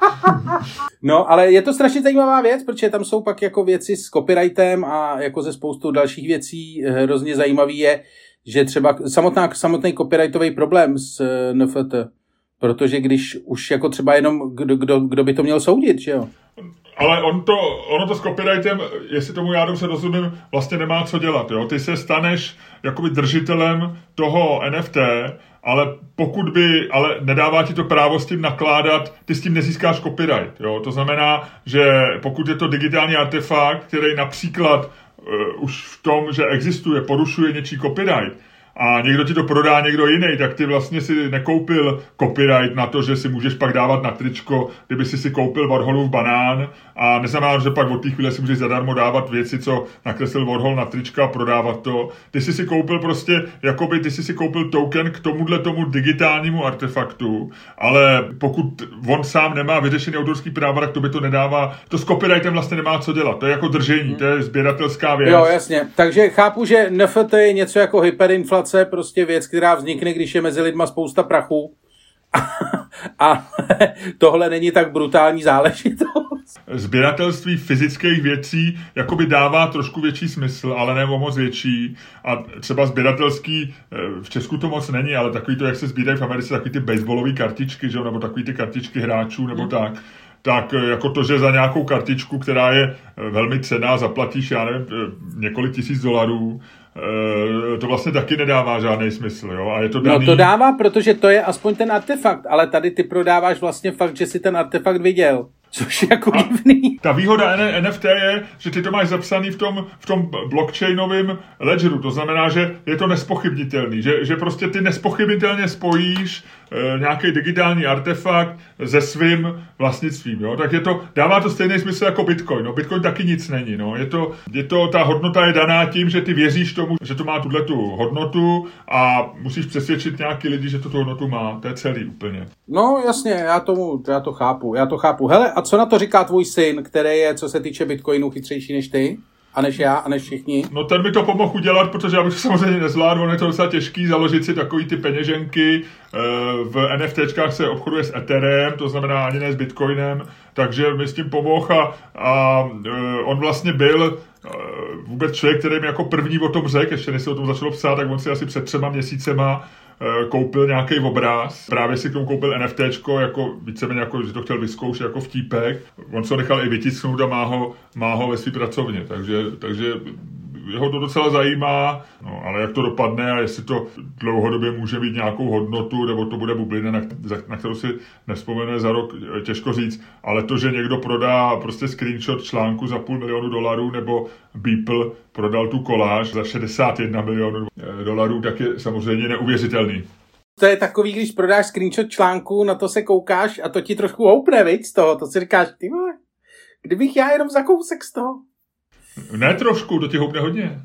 No, ale je to strašně zajímavá věc, protože tam jsou pak jako věci s copyrightem a jako ze spoustu dalších věcí. Hrozně zajímavý je, že třeba samotná, samotný copyrightový problém s N F T, protože když už jako třeba jenom kdo, kdo, kdo by to měl soudit, že jo? Ale on to, ono to s copyrightem, jestli tomu já dobře rozumím, vlastně nemá co dělat. Jo? Ty se staneš jakoby držitelem toho N F T, ale pokud by, ale nedává ti to právo s tím nakládat, ty s tím nezískáš copyright. Jo? To znamená, že pokud je to digitální artefakt, který například uh, už v tom, že existuje, porušuje něčí copyright, a někdo ti to prodá někdo jiný, tak ty vlastně si nekoupil copyright na to, že si můžeš pak dávat na tričko, kdyby si si koupil Warholův banán a neznamená, že pak od té chvíle si můžeš zadarmo dávat věci, co nakreslil Warhol na trička a prodávat to. Ty si si koupil prostě, jakoby ty si si koupil token k tomuhle tomu digitálnímu artefaktu, ale pokud on sám nemá vyřešený autorský práva, tak to by to nedává, to s copyrightem vlastně nemá co dělat, to je jako držení, to je sběratelská věc. Jo, jasně, takže chápu, že N F T je něco jako hyperinflace, prostě věc, která vznikne, když je mezi lidma spousta prachu. A tohle není tak brutální záležitost. Sběratelství fyzických věcí jakoby dává trošku větší smysl, ale ne o moc větší. A třeba sběratelský, v Česku to moc není, ale takový to, jak se sbírají v Americe, takový ty baseballové kartičky, že? Nebo takový ty kartičky hráčů, nebo hmm. tak. Tak jako to, že za nějakou kartičku, která je velmi cenná, zaplatíš, já nevím, několik tisíc dolarů, to vlastně taky nedává žádný smysl, jo? A je to daný... No to dává, protože to je aspoň ten artefakt, ale tady ty prodáváš vlastně fakt, že si ten artefakt viděl, což je jako divný. Ta výhoda N F T je, že ty to máš zapsaný v tom, v tom blockchainovém ledgeru, to znamená, že je to nespochybnitelný, že, že prostě ty nespochybnitelně spojíš e, nějaký digitální artefakt se svým vlastnictvím, jo? Tak je to, dává to stejný smysl jako Bitcoin. No, Bitcoin taky nic není, no. Je to, je to, ta hodnota je daná tím, že ty věříš tomu, že to má tuhletu hodnotu a musíš přesvědčit nějaký lidi, že to tu hodnotu má. To je celý úplně. No jasně, já, tomu, já to chápu, já to chápu. Hele, a co na to říká tvůj syn, který je, co se týče Bitcoinu, chytřejší než ty? A než já, a než všichni? No ten mi to pomohl udělat, protože já bych to samozřejmě nezvládl, on je to docela těžký založit si takový ty peněženky. V NFTčkách se obchoduje s Etherem, to znamená ani ne s Bitcoinem, takže mi s tím pomohl a, a on vlastně byl vůbec člověk, který mi jako první o tom řekl, ještě než se o tom začalo psát, tak on si asi před třema měsícema koupil nějaký obraz, právě si k tomu koupil NFTčko, jako víceméně jako, že to chtěl vyzkoušet jako vtípek. On se ho nechal i vytisknout a má ho, má ho ve své pracovně, takže, takže jeho to docela zajímá, no, ale jak to dopadne a jestli to dlouhodobě může mít nějakou hodnotu, nebo to bude bublina, na, na kterou si nevzpomene za rok, těžko říct, ale to, že někdo prodá prostě screenshot článku za půl milionu dolarů, nebo Beeple prodal tu koláž za šedesát jedna milionů dolarů, tak je samozřejmě neuvěřitelný. To je takový, když prodáš screenshot článku, na to se koukáš a to ti trošku houpne, viď, z toho, to si říkáš, ty vole, kdybych já jenom za kousek z toho. Ne trošku, to ti houpne hodně.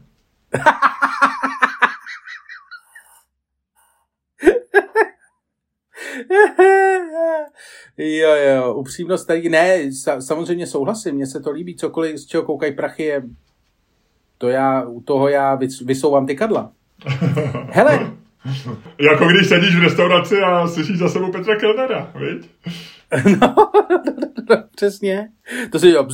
jo, jo, upřímnost tady, ne, samozřejmě souhlasím, mně se to líbí, cokoliv, z čeho koukají prachy, je, to já, u toho já vysouvám tykadla. Hele. Jako když sedíš v restauraci a slyšíš za sebou Petra Kellnera, viď? no, přesně. To si dělá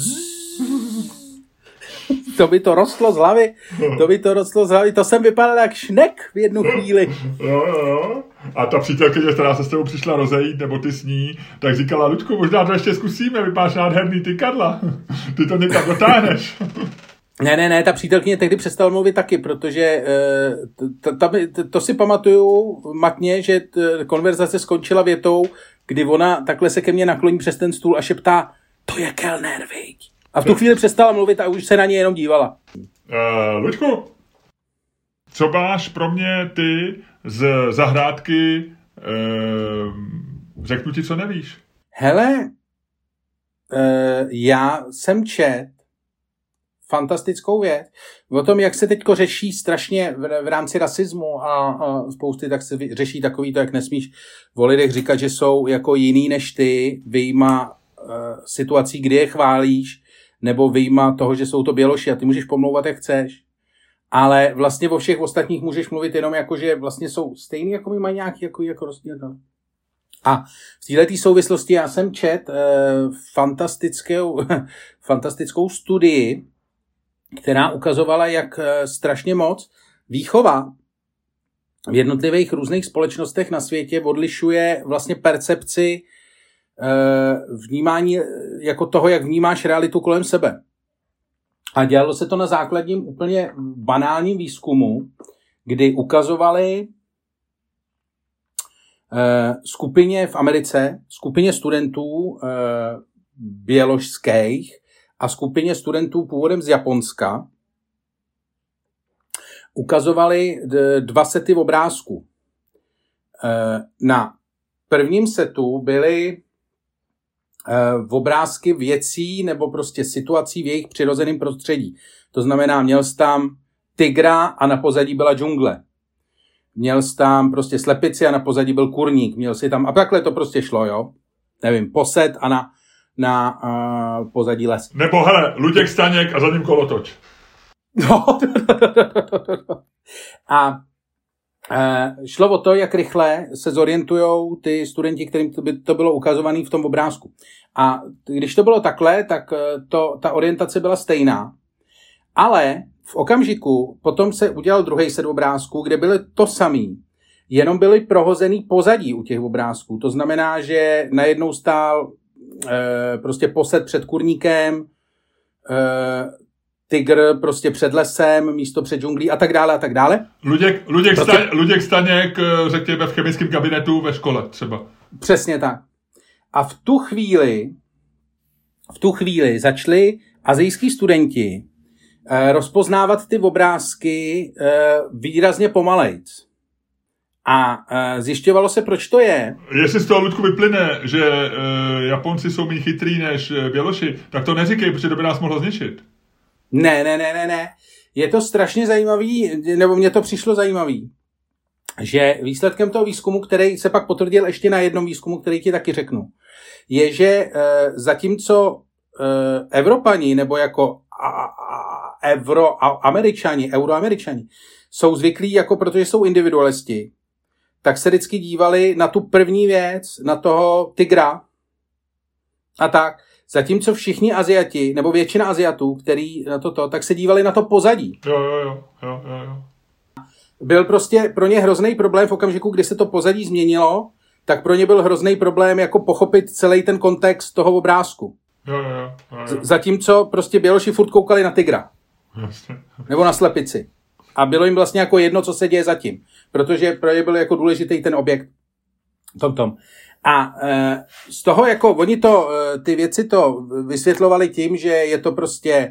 to by to rostlo z hlavy, to by to rostlo z hlavy, to jsem vypadal jak šnek v jednu chvíli. Jo, jo, a ta přítelkyně, která se s tebou přišla rozejít, nebo ty s ní, tak říkala, Luďku, možná to ještě zkusíme, vypadáš nádherný tykadla, ty to někam dotáhneš. Ne, ne, ne, ta přítelkyně tehdy přestala mluvit taky, protože uh, ta, ta, to si pamatuju matně, že t, konverzace skončila větou, kdy ona takhle se ke mně nakloní přes ten stůl a šeptá, to je Kellner, viď? A v tu chvíli přestala mluvit a už se na ně jenom dívala. Uh, Luďku, co máš pro mě ty z zahrádky, uh, řeknu ti, co nevíš. Hele, uh, já jsem čet fantastickou věc o tom, jak se teďko řeší strašně v, v rámci rasismu a, a spousty, tak se řeší takový to, jak nesmíš o lidech říkat, že jsou jako jiný než ty, vyjma uh, situací, kdy je chválíš, nebo vyjma toho, že jsou to běloši a ty můžeš pomlouvat, jak chceš. Ale vlastně o všech ostatních můžeš mluvit jenom jako, že vlastně jsou stejný, jako my mají nějaký jako, jako rozdíl. A v této souvislosti já jsem čet uh, fantastickou, fantastickou studii, která ukazovala, jak uh, strašně moc výchova v jednotlivých různých společnostech na světě odlišuje vlastně percepci vnímání jako toho, jak vnímáš realitu kolem sebe. A dělalo se to na základním úplně banálním výzkumu, kdy ukazovali skupině v Americe, skupině studentů běložských a skupině studentů původem z Japonska ukazovali dva sety obrázků. Na prvním setu byly v obrázky věcí nebo prostě situací v jejich přirozeném prostředí. To znamená, měl jsi tam tygra a na pozadí byla džungle. Měl jsi tam prostě slepici a na pozadí byl kurník. Měl jsi tam, a takhle to prostě šlo, jo. Nevím, posed a na, na uh, pozadí les. Nebo hele, Luděk Staněk a za ním kolotoč. No, a Uh, šlo o to, jak rychle se zorientujou ty studenti, kterým to, by to bylo ukazované v tom obrázku. A když to bylo takhle, tak to, ta orientace byla stejná. Ale v okamžiku potom se udělal druhý set obrázků, kde byly to samý. Jenom byly prohozený pozadí u těch obrázků. To znamená, že najednou stál uh, prostě posed před kurníkem, uh, tygr prostě před lesem, místo před džunglí a tak dále a tak dále. Luděk, Luděk, prostě... Staň, Luděk Staněk, řekněme, v chemickém kabinetu ve škole třeba. Přesně tak. A v tu chvíli, v tu chvíli začali asijský studenti eh, rozpoznávat ty obrázky eh, výrazně pomalejc. A uh, zjišťovalo se, proč to je. Jestli z toho, Ludku, vyplyne, že uh, Japonci jsou méně chytrý než Běloši, tak to neříkej, protože to by nás mohlo zničit. Ne, ne, ne, ne, ne. Je to strašně zajímavý, nebo mně to přišlo zajímavý, že výsledkem toho výzkumu, který se pak potvrdil ještě na jednom výzkumu, který ti taky řeknu, je, že uh, zatímco uh, Evropani, nebo jako a, a, Evroameričani, Euroameričani, jsou zvyklí, jako protože jsou individualisti, tak se vždycky dívali na tu první věc, na toho tygra a tak. Zatímco všichni Aziati, nebo většina Aziatů, který na toto, tak se dívali na to pozadí. Jo, jo, jo, jo, jo. Byl prostě pro ně hrozný problém v okamžiku, kdy se to pozadí změnilo, tak pro ně byl hrozný problém jako pochopit celý ten kontext toho obrázku. Jo, jo, jo, jo. Zatímco prostě Běloši furt koukali na tygra. Jasně. Nebo na slepici. A bylo jim vlastně jako jedno, co se děje zatím. Protože pro ně byl jako důležitý ten objekt. Tom, tom. A e, z toho jako, oni to, e, ty věci to vysvětlovali tím, že je to prostě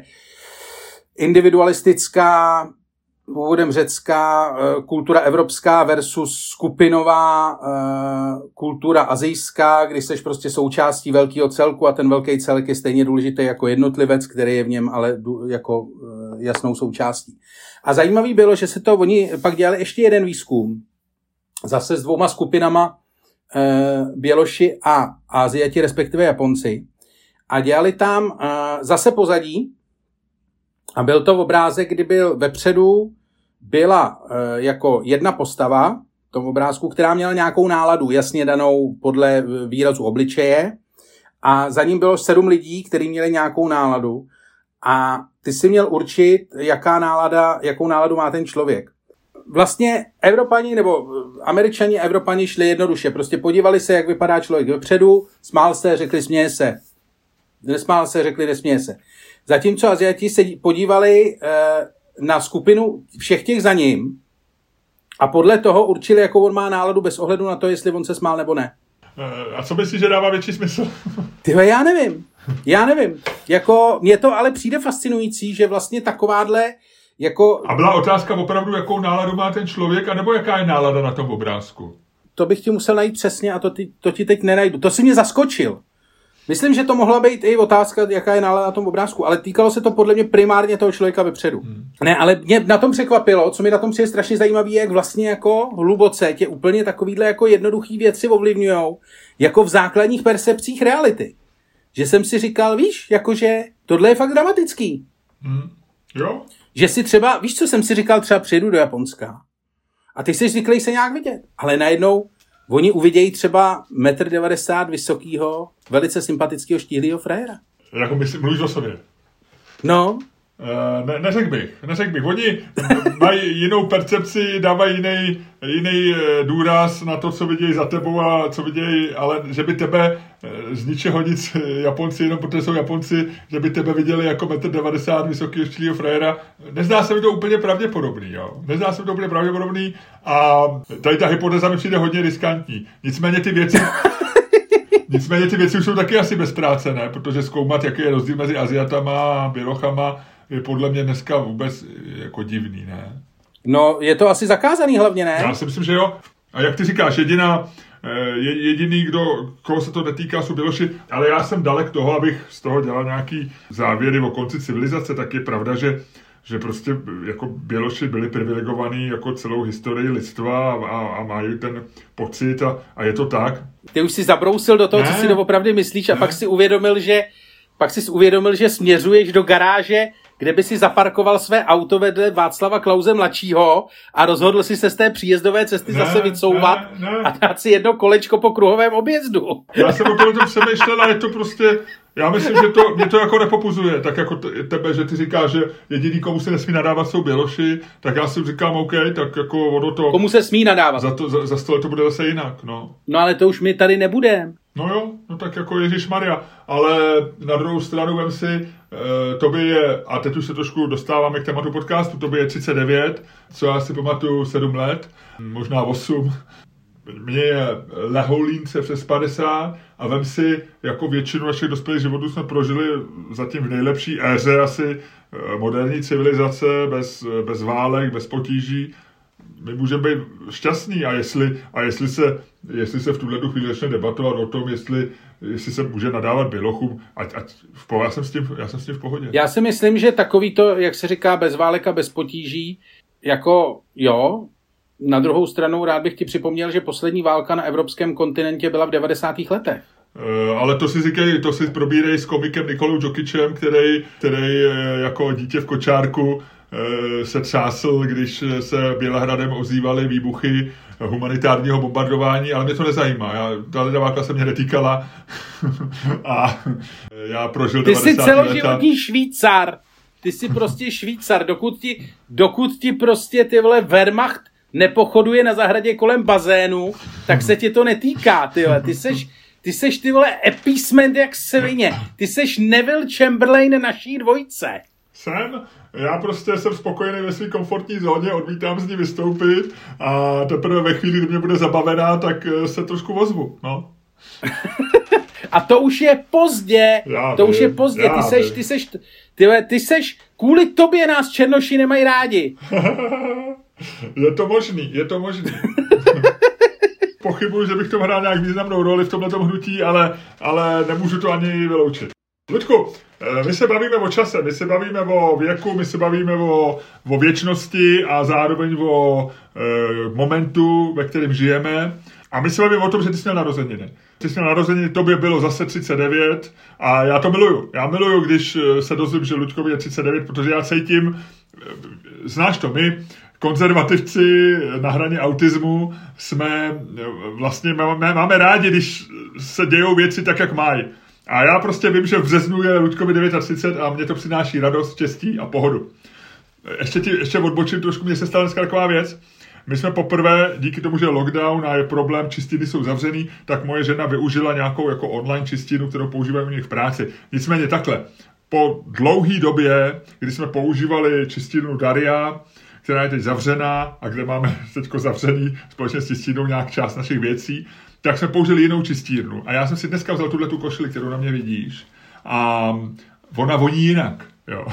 individualistická, původem řecká e, kultura evropská versus skupinová e, kultura asijská, kdy jsi prostě součástí velkého celku a ten velký celek je stejně důležitý jako jednotlivec, který je v něm ale jako e, jasnou součástí. A zajímavý bylo, že se to, oni pak dělali ještě jeden výzkum, zase s dvouma skupinama, e, Běloši a Aziati, respektive Japonci, a dělali tam e, zase pozadí, a byl to obrázek, kdy byl vepředu, byla e, jako jedna postava v tom obrázku, která měla nějakou náladu, jasně danou podle výrazu obličeje, a za ním bylo sedm lidí, kteří měli nějakou náladu, a ty si měl určit, jaká nálada, jakou náladu má ten člověk. Vlastně Evropani nebo Američani a Evropani šli jednoduše. Prostě podívali se, jak vypadá člověk vepředu, smál se, řekli směje se. Nesmál se, řekli nesměje se. Zatímco Aziati se podívali e, na skupinu všech těch za ním a podle toho určili, jakou on má náladu bez ohledu na to, jestli on se smál nebo ne. A co myslíš, že dává větší smysl? Tyhle, já nevím. Já nevím. Jako, mně to ale přijde fascinující, že vlastně takováhle jako... A byla otázka opravdu, jakou náladu má ten člověk, anebo jaká je nálada na tom obrázku? To bych ti musel najít přesně a to, ty, to ti teď nenajdu. To si mě zaskočil. Myslím, že to mohla být i otázka, jaká je nálada na tom obrázku, ale týkalo se to podle mě primárně toho člověka vepředu. Hmm. Ne, ale mě na tom překvapilo, co mi na tom přijde strašně zajímavé, jak vlastně jako hluboce tě úplně takovýhle jako jednoduchý věci ovlivňujou, jako v základních percepcích reality. Že jsem si říkal, víš, jakože tohle je fakt dramatický. Hmm. Jo? Že si třeba, víš, co jsem si říkal, třeba přijedu do Japonska a ty jsi zvyklý se nějak vidět, ale najednou oni uvidějí třeba metr devadesát vysokýho, velice sympatického štíhlýho frajera. Jako by si mluvíš o sobě. No. Uh, ne, neřekl bych, neřekl bych. Oni mají jinou percepci, dávají jiný, jiný důraz na to, co vidějí za tebou a co vidějí, ale že by tebe z ničeho nic Japonci, jenom protože jsou Japonci, že by tebe viděli jako metr devadesát vysokýho štíhlýho frajera, nezdá se mi to úplně pravděpodobný, jo. Nezdá se mi to úplně pravděpodobný a tady ta hypotéza mi přijde hodně riskantní. Nicméně ty věci... Nicméně ty věci už jsou taky asi bez práce, ne? Protože zkoumat, jaký je rozdíl mezi Aziatama a Bělochama, je podle mě dneska vůbec jako divný, ne? No, je to asi zakázaný hlavně, ne? Já si myslím, že jo. A jak ty říkáš, jediná, jediný, kdo, koho se to netýká, jsou Běloši, ale já jsem dalek toho, abych z toho dělal nějaký závěry o konci civilizace, tak je pravda, že že prostě jako Běloši byli privilegovaní jako celou historii lidstva a, a, a mají ten pocit a, a je to tak. Ty už si zabrousil do toho, ne, co si doopravdy myslíš a ne. pak si uvědomil, že pak si uvědomil, že směřuješ do garáže, kde by si zaparkoval své auto vedle Václava Klause mladšího a rozhodl si se z té příjezdové cesty ne, zase vycouvat ne, ne. a dát si jedno kolečko po kruhovém objezdu. Já jsem okolo tom přemýšlel a je to prostě, já myslím, že to, mě to jako nepopuzuje, tak jako tebe, že ty říkáš, že jediný, komu se nesmí nadávat, jsou Běloši, tak já si říkám, OK, tak jako ono to... Komu se smí nadávat? Za, to, za, za stole to bude zase jinak, no. No ale to už my tady nebudeme. No jo, no tak jako Ježišmarja, ale na druhou stranu vem si, e, to by je, a teď už se trošku dostáváme k tématu podcastu, to by je třicet devět, co já si pamatuju sedm let, možná osm. Mně je lehoulínce přes padesát a vem si, jako většinu našich dospělých životů jsme prožili zatím v nejlepší éře asi moderní civilizace, bez, bez válek, bez potíží. my můžeme být šťastní a jestli, a jestli se, jestli se v tuhle chvíli začne debatovat o tom, jestli, jestli se může nadávat bělochům, ať, ať v pohodě, já jsem s tím, já jsem s tím v pohodě. Já si myslím, že takový to, jak se říká, bez válek a bez potíží, jako jo, na druhou stranu rád bych ti připomněl, že poslední válka na evropském kontinentě byla v devadesátých letech. Uh, ale to si říkej, to si probírej s komikem Nikolou Jokičem, který, který jako dítě v kočárku uh, se třásl, když se Bělehradem ozývaly výbuchy humanitárního bombardování, ale mě to nezajímá. Já, ta válka se mě netýkala a já prožil Ty devadesátá jsi celoživotní leta. Švýcar. Ty jsi prostě Švýcar. Dokud ti, dokud ti prostě ty vole Wehrmacht nepochoduje na zahradě kolem bazénu, tak se ti to netýká, ty vole. Ty seš, ty seš ty vole appeasement jak svině. Ty seš Neville Chamberlain naší dvojce. Jsem? Já prostě jsem spokojený ve své komfortní zóně, odmítám z ní vystoupit a teprve ve chvíli, kdy mě bude zabavená, tak se trošku ozvu, no. A to už je pozdě, já to vím, už je pozdě, ty seš, ty seš, ty, ty seš, kvůli tobě nás černoši nemají rádi. Je to možný, je to možný. Pochybuju, že bych to hrál nějak významnou roli v tomhletom hnutí, ale, ale nemůžu to ani vyloučit. Luďku, my se bavíme o čase, my se bavíme o věku, my se bavíme o, o věčnosti a zároveň o e, momentu, ve kterém žijeme. A my se bavíme o tom, že ty jsi měl narozeniny. Ty jsi měl narozeniny, tobě bylo zase třicet devět a já to miluju. Já miluju, když se dozvím, že Luďkovi je třicet devět, protože já cítím, znáš to, my, konzervativci na hraně autismu, jsme vlastně, máme, máme rádi, když se dějou věci tak, jak mají. A já prostě vím, že v březnu je Luďkovi třicet devět a mě to přináší radost, štěstí a pohodu. Ještě, ti, ještě odbočím trošku, mně se stala dneska taková věc. My jsme poprvé, díky tomu, že je lockdown a je problém, čistiny jsou zavřený, tak moje žena využila nějakou jako online čistinu, kterou používají u nich v práci. Nicméně takhle, po dlouhé době, kdy jsme používali čistinu Daria, která je teď zavřená a kde máme teďko zavřený společně s čistinou nějak část našich věcí, tak jsme použili jinou čistírnu. A já jsem si dneska vzal tuhle tu košili, kterou na mě vidíš. A ona voní jinak. Jo.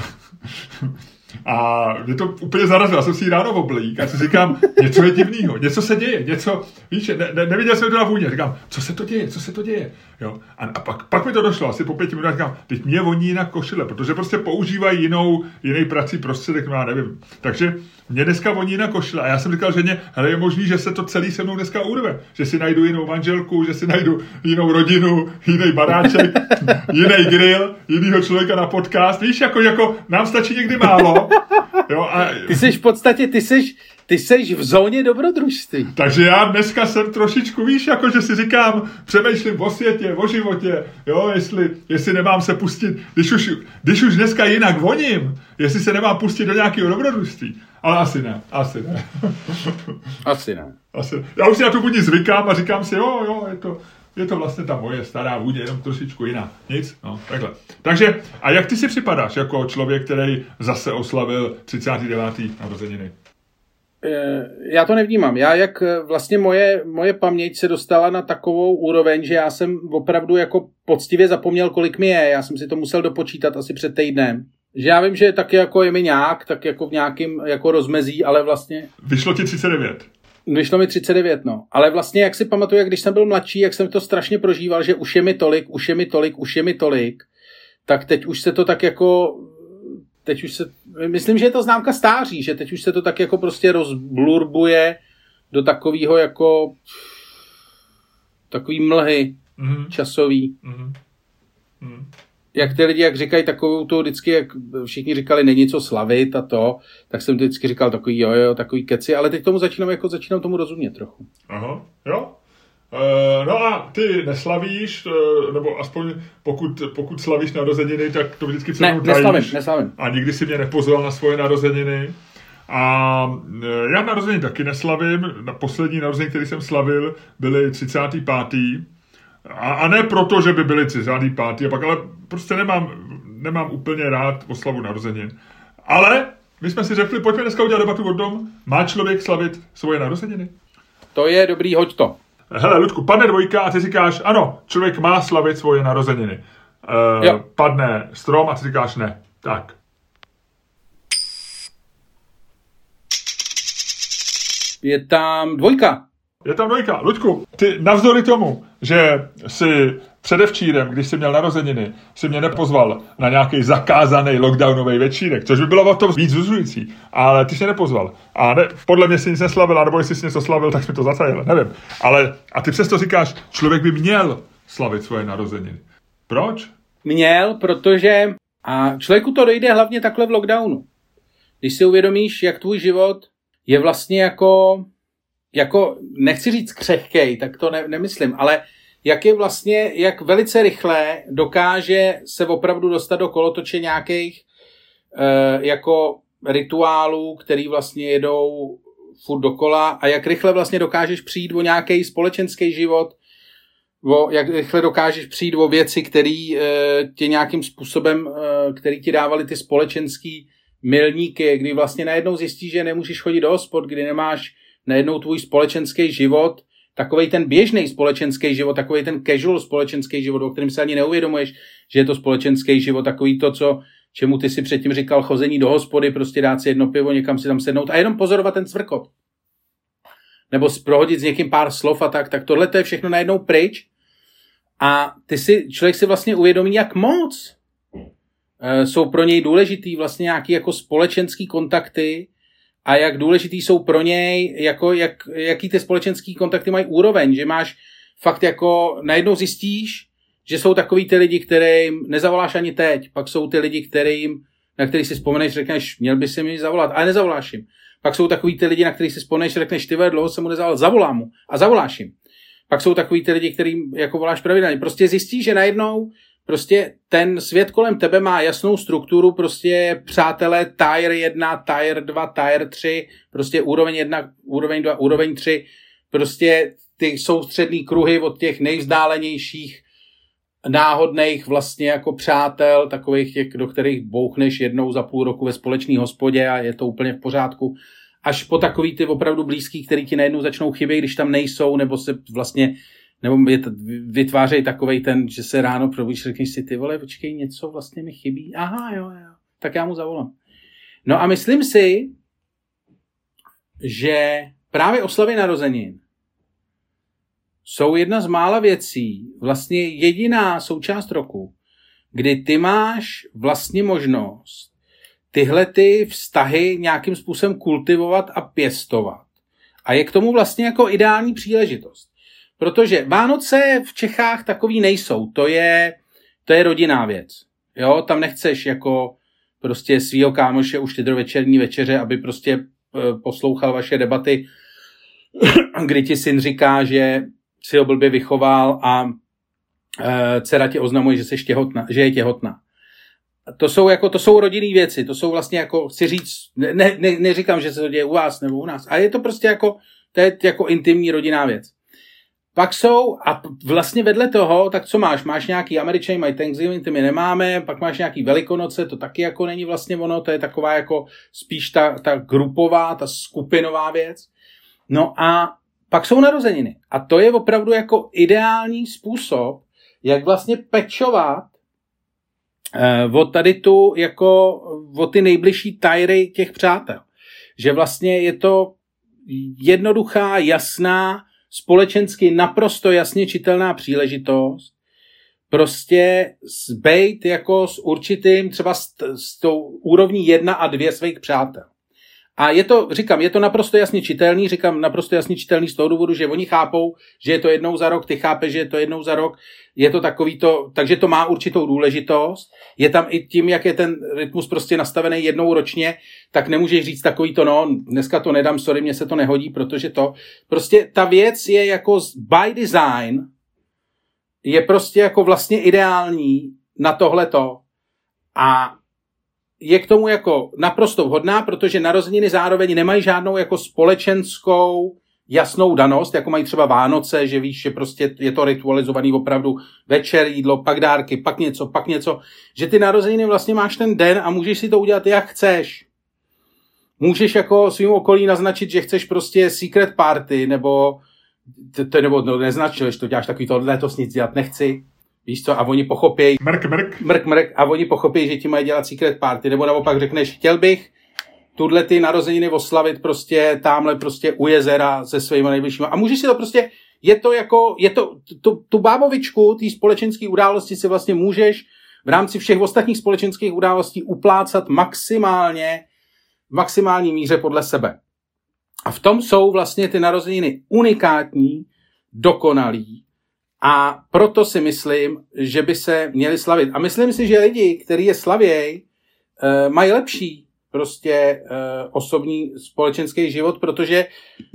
A mě to úplně zarazilo. Já jsem si ji ráno oblík a si říkám, něco je divnýho, něco se děje, něco, víš, ne, ne, neviděl jsem to na vůně. Říkám, co se to děje, co se to děje. Jo. A, a pak, pak mi to došlo, asi po pěti minutách říkám, teď mě voní jinak košile, protože prostě používají jinou, jiný prací prostředek, no já nevím. Takže mě dneska voní na košile a já jsem říkal ženě, hele, je možný, že se to celý se mnou dneska urve, že si najdu jinou manželku, že si najdu jinou rodinu, jiný baráček, jiný grill, jinýho člověka na podcast, víš, jako, jako nám stačí někdy málo. Jo, a... Ty seš v podstatě, ty seš, ty seš v zóně dobrodružství. Takže já dneska jsem trošičku, víš, jako že si říkám, přemýšlím o světě, o životě, jo, jestli, jestli nemám se pustit, když už, když už dneska jinak voním, jestli se nemám pustit do nějakého dobrodružství. Ale asi ne, asi ne. Asi ne. Asi ne. Já už si na tu vůni zvykám a říkám si, jo, jo, je to, je to vlastně ta moje stará vůně, jenom trošičku jiná. Nic, no, takhle. Takže, a jak ty si připadáš jako člověk, který zase oslavil třicáté deváté narozeniny? Já to nevnímám. Já jak vlastně moje, moje paměť se dostala na takovou úroveň, že já jsem opravdu jako poctivě zapomněl, kolik mi je. Já jsem si to musel dopočítat asi před týdnem. Že já vím, že taky jako je mi nějak, tak jako v nějakým jako rozmezí, ale vlastně... Vyšlo ti třicet devět. Vyšlo mi třicet devět, no. Ale vlastně, jak si pamatuju, jak když jsem byl mladší, jak jsem to strašně prožíval, že už je mi tolik, už je mi tolik, už je mi tolik, tak teď už se to tak jako... Teď už se... Myslím, že je to známka stáří, že teď už se to tak jako prostě rozblurbuje do takového jako... Takový mlhy mm-hmm. časový. Mm-hmm. Mm. Jak ty lidi, jak říkají takovou tu vždycky, jak všichni říkali, není co slavit a to, tak jsem vždycky říkal takový jo, jo, takový keci, ale teď tomu začínám, jako začínám tomu rozumět trochu. Aha, jo. E, no a ty neslavíš, e, nebo aspoň pokud, pokud slavíš narozeniny, tak to vždycky ne, neslavím, neslavím. A nikdy si mě nepozval na svoje narozeniny. A e, já narozeniny taky neslavím. Na poslední narozeniny, který jsem slavil, byly třicáté páté A, a ne proto, že by byly třicáté páté a pak, ale prostě nemám, nemám úplně rád oslavu narozenin. Ale my jsme si řekli, pojďme dneska udělat debatu o tom, má člověk slavit svoje narozeniny? To je dobrý, hoď to. Hele, Ludku, padne dvojka a ty říkáš, ano, člověk má slavit svoje narozeniny. E, padne strom a ty říkáš ne. Tak. Je tam dvojka. Je tam dvojka. Luďku, ty navzdory tomu, že si předevčírem, když jsi měl narozeniny, si mě nepozval na nějaký zakázaný lockdownový večírek, což by bylo o tom víc zuzující, ale ty jsi mě nepozval. A ne, podle mě jsi nic neslavil, nebo jestli jsi něco slavil, tak jsi mi to zatajil, nevím. Ale a ty přesto říkáš, člověk by měl slavit svoje narozeniny. Proč? Měl, protože a člověku to dojde hlavně takhle v lockdownu. Když si uvědomíš, jak tvůj život je vlastně jako, jako nechci říct křehkej, tak to ne, nemyslím, ale jak je vlastně, jak velice rychle dokáže se opravdu dostat do kolotoče nějakých e, jako rituálů, který vlastně jedou furt dokola a jak rychle vlastně dokážeš přijít o nějaký společenský život, o, jak rychle dokážeš přijít o věci, který e, tě nějakým způsobem, e, který ti dávali ty společenský milníky, kdy vlastně najednou zjistíš, že nemůžeš chodit do hospod, kdy nemáš najednou tvůj společenský život, takovej ten běžný společenský život, takovej ten casual společenský život, o kterém se ani neuvědomuješ, že je to společenský život, takový to, co, čemu ty si předtím říkal, chození do hospody, prostě dát si jedno pivo, někam si tam sednout a jenom pozorovat ten cvrkot. Nebo prohodit s někým pár slov a tak, tak tohle to je všechno najednou pryč a ty si, člověk si vlastně uvědomí, jak moc e, jsou pro něj důležitý vlastně nějaký jako společenský kontakty, a jak důležitý jsou pro něj, jako jak, jaký ty společenský kontakty mají úroveň, že máš fakt jako, najednou zjistíš, že jsou takový ty lidi, kterým nezavoláš ani teď, pak jsou ty lidi, kterým, na který si vzpomeneš, řekneš, měl by si mi zavolat, ale nezavoláš jim. Pak jsou takový ty lidi, na který si vzpomeneš, řekneš, ty dlouho jsem mu nezavolal, zavolám mu a zavoláš jim. Pak jsou takový ty lidi, kterým jako voláš pravidelně. Prostě zjistíš, že najednou prostě ten svět kolem tebe má jasnou strukturu, prostě přátelé tier jedna, tier dva, tier tři, prostě úroveň jedna, úroveň dva, úroveň tři, prostě ty soustřední kruhy od těch nejvzdálenějších náhodných vlastně jako přátel, takových těch, do kterých bouchneš jednou za půl roku ve společné hospodě a je to úplně v pořádku, až po takový ty opravdu blízký, který ti najednou začnou chybět, když tam nejsou, nebo se vlastně nebo vytvářejí takovej ten, že se ráno probudíš, řekneš si, ty vole, počkej, něco vlastně mi chybí. Aha, jo, jo, tak já mu zavolám. No a myslím si, že právě oslavy narozenin jsou jedna z mála věcí, vlastně jediná součást roku, kdy ty máš vlastně možnost tyhle ty vztahy nějakým způsobem kultivovat a pěstovat. A je k tomu vlastně jako ideální příležitost. Protože Vánoce v Čechách takový nejsou. To je, to je rodinná věc. Jo, tam nechceš jako prostě svýho kámoše u štědrovečerní večeře, aby prostě poslouchal vaše debaty, kdy ti syn říká, že si ho blbě vychoval a e, dcera ti oznamuje, že, jsi těhotná, že je těhotná. To jsou, jako, to jsou rodinné věci. To jsou vlastně jako, chci říct, ne, ne, neříkám, že se to děje u vás nebo u nás, ale je to prostě jako, to je jako intimní rodinná věc. Pak jsou, a vlastně vedle toho, tak co máš? Máš nějaký Američané, mají Thanksgiving, ty my nemáme, pak máš nějaký Velikonoce, to taky jako není vlastně ono, to je taková jako spíš ta, ta grupová, ta skupinová věc. No a pak jsou narozeniny. A to je opravdu jako ideální způsob, jak vlastně pečovat eh, o tady tu, jako o ty nejbližší tajry těch přátel. Že vlastně je to jednoduchá, jasná, společensky naprosto jasně čitelná příležitost prostě zbejt jako s určitým třeba s, s tou úrovní jedna a dvě svých přátel. A je to, říkám, je to naprosto jasně čitelný, říkám naprosto jasně čitelný z toho důvodu, že oni chápou, že je to jednou za rok, ty chápeš, že je to jednou za rok, je to takový to, takže to má určitou důležitost. Je tam i tím, jak je ten rytmus prostě nastavený jednou ročně, tak nemůžeš říct takový to, no, dneska to nedám, sorry, mně se to nehodí, protože to, prostě ta věc je jako by design, je prostě jako vlastně ideální na tohleto a je k tomu jako naprosto vhodná, protože narozeniny zároveň nemají žádnou jako společenskou jasnou danost, jako mají třeba Vánoce, že víš, že prostě je to ritualizovaný opravdu večer, jídlo, pak dárky, pak něco, pak něco, že ty narozeniny vlastně máš ten den a můžeš si to udělat jak chceš. Můžeš jako svým okolí naznačit, že chceš prostě secret party, nebo, to, nebo no, neznačuješ, to děláš takový to, letos nic dělat nechci. Víš co, a oni pochopějí, mrk, mrk. mrk, mrk, a oni pochopějí, že ti mají dělat secret party, nebo naopak řekneš, chtěl bych tuhle ty narozeniny oslavit prostě tamhle prostě u jezera se svými nejbližšími. A můžeš si to prostě, je to jako, je to, tu, tu bábovičku, té společenské události si vlastně můžeš v rámci všech ostatních společenských událostí uplácat maximálně, v maximální míře podle sebe. A v tom jsou vlastně ty narozeniny unikátní, dokonalý a proto si myslím, že by se měly slavit. A myslím si, že lidi, kteří je slavějí, mají lepší prostě osobní společenský život, protože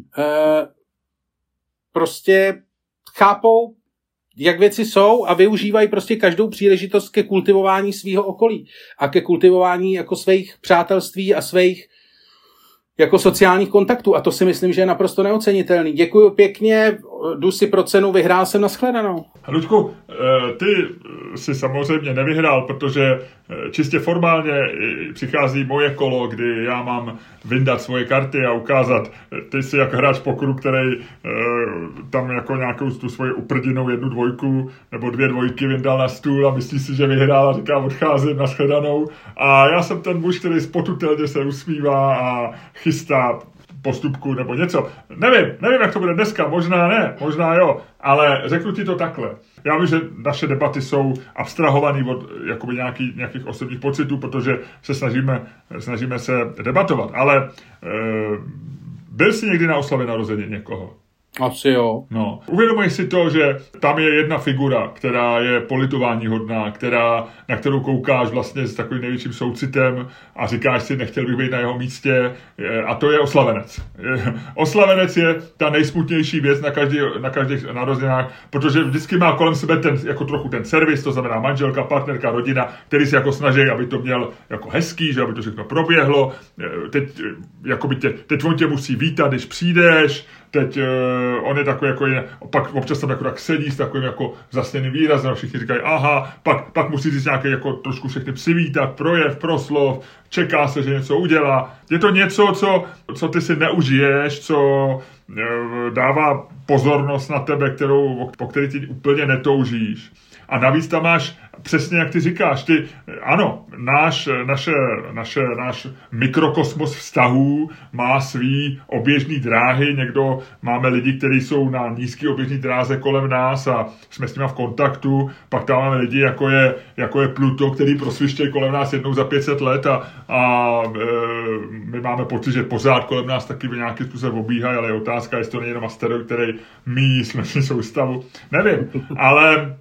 prostě chápou, jak věci jsou a využívají prostě každou příležitost ke kultivování svého okolí a ke kultivování jako svých přátelství a svých jako sociálních kontaktů. A to si myslím, že je naprosto neocenitelný. Děkuju pěkně, jdu si pro cenu, vyhrál jsem, nashledanou. Luďku, ty si samozřejmě nevyhrál, protože čistě formálně přichází moje kolo, kdy já mám vyndat svoje karty a ukázat, ty jsi jako hráč pokru, který tam jako nějakou tu svoji uprdinou jednu dvojku nebo dvě dvojky vyndal na stůl a myslí si, že vyhrál a říká odcházím, nashledanou. A já jsem ten muž, který spotutelně se usmívá a chystá postupku nebo něco. Nevím, nevím, jak to bude dneska, možná ne, možná jo, ale řeknu ti to takhle. Já vím, že naše debaty jsou abstrahované od jakoby nějaký, nějakých osobních pocitů, protože se snažíme, snažíme se debatovat, ale e, byl jsi někdy na oslavě narozenin někoho? Asi jo. No. Uvědomuji si to, že tam je jedna figura, která je politováníhodná, která, na kterou koukáš vlastně s takovým největším soucitem a říkáš si, nechtěl bych být na jeho místě, a to je oslavenec. Oslavenec je ta nejsmutnější věc na, každý, na každých narozeninách, protože vždycky má kolem sebe ten, jako trochu ten servis, to znamená manželka, partnerka, rodina, který si jako snaží, aby to měl jako hezký, že aby to všechno proběhlo. Teď, jakoby tě, teď on tě musí vítat, když přijdeš. Teď uh, on je takový jako je, pak občas tam jako tak sedí s takovým jako zasněným výrazem a všichni říkají aha, pak, pak musí říct nějaký jako trošku všechny přivítat, projev, proslov, čeká se, že něco udělá. Je to něco, co, co ty si neužiješ, co uh, dává pozornost na tebe, kterou, po který ty úplně netoužíš. A navíc tam máš přesně, jak ty říkáš, ty, ano, náš, naše, naše, náš mikrokosmos vztahů má svý oběžný dráhy, někdo, máme lidi, kteří jsou na nízký oběžný dráze kolem nás a jsme s nimi v kontaktu, pak tam máme lidi, jako je, jako je Pluto, který prosvištějí kolem nás jednou za pět set let a, a e, my máme pocit, že pořád kolem nás taky v nějaký způsob obíhají, ale je otázka, jestli to není jenom asteroid, který míjí slunečnou soustavu, nevím, ale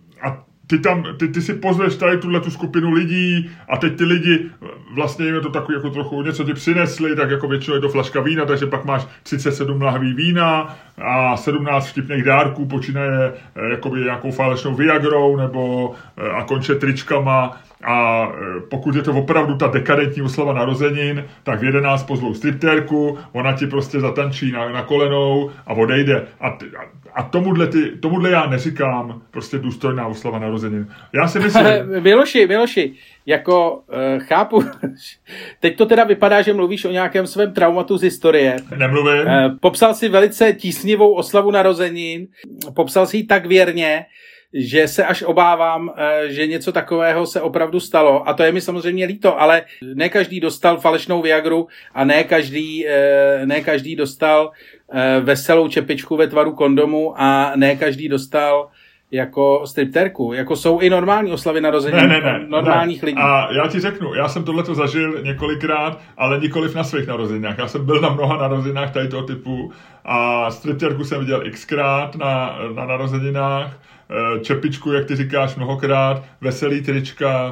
a ty tam, ty, ty si pozveš tady tuhle tu skupinu lidí a teď ty lidi, vlastně jim je to takový jako trochu něco ti přinesli, tak jako většinou je to flaška vína, takže pak máš třicet sedm lahví vína a sedmnáct vtipných dárků, počínaje jakoby nějakou falešnou Viagrou nebo a konče tričkama. A pokud je to opravdu ta dekadentní oslava narozenin, tak v jedenáct pozvou striptérku, ona ti prostě zatančí na, na kolenou a odejde. A, t, a tomuhle, ty, tomuhle já neříkám prostě důstojná oslava narozenin. Já si myslím... Miloši, Miloši, jako uh, chápu, teď to teda vypadá, že mluvíš o nějakém svém traumatu z historie. Nemluvím. Uh, popsal si velice tísnivou oslavu narozenin, popsal si ji tak věrně, že se až obávám, že něco takového se opravdu stalo. A to je mi samozřejmě líto, ale ne každý dostal falešnou Viagru a ne každý, ne každý dostal veselou čepičku ve tvaru kondomu a ne každý dostal jako striptérku. Jako jsou i normální oslavy narozenin ne, ne, ne, normálních ne. lidí. A já ti řeknu, já jsem tohleto zažil několikrát, ale nikoliv na svých narozeninách. Já jsem byl na mnoha narozeninách tady toho typu a striptérku jsem viděl xkrát na, na narozeninách, čepičku, jak ty říkáš, mnohokrát, veselý trička,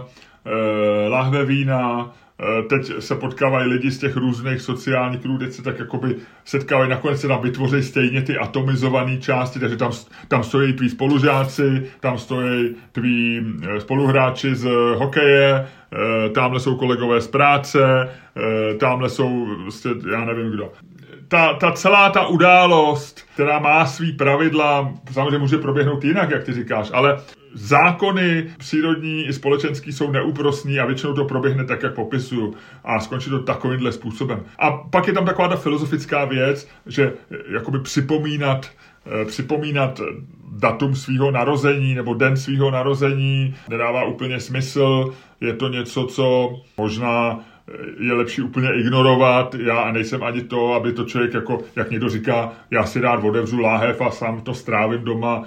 lahve vína, teď se potkávají lidi z těch různých sociálních kruhů, teď se tak jakoby setkávají, nakonec se tam vytvoří stejně ty atomizované části, takže tam, tam stojí tví spolužáci, tam stojí tví spoluhráči z hokeje, tamhle jsou kolegové z práce, tamhle jsou, já nevím kdo. Ta, ta celá ta událost, která má svý pravidla, samozřejmě může proběhnout jinak, jak ty říkáš, ale zákony přírodní i společenský jsou neúprosný a většinou to proběhne tak, jak popisuju a skončí to takovýmhle způsobem. A pak je tam taková ta filozofická věc, že jakoby připomínat, připomínat datum svého narození nebo den svého narození nedává úplně smysl. Je to něco, co možná je lepší úplně ignorovat. Já nejsem ani to, aby to člověk, jako, jak někdo říká, já si rád odevřu láhev a sám to strávím doma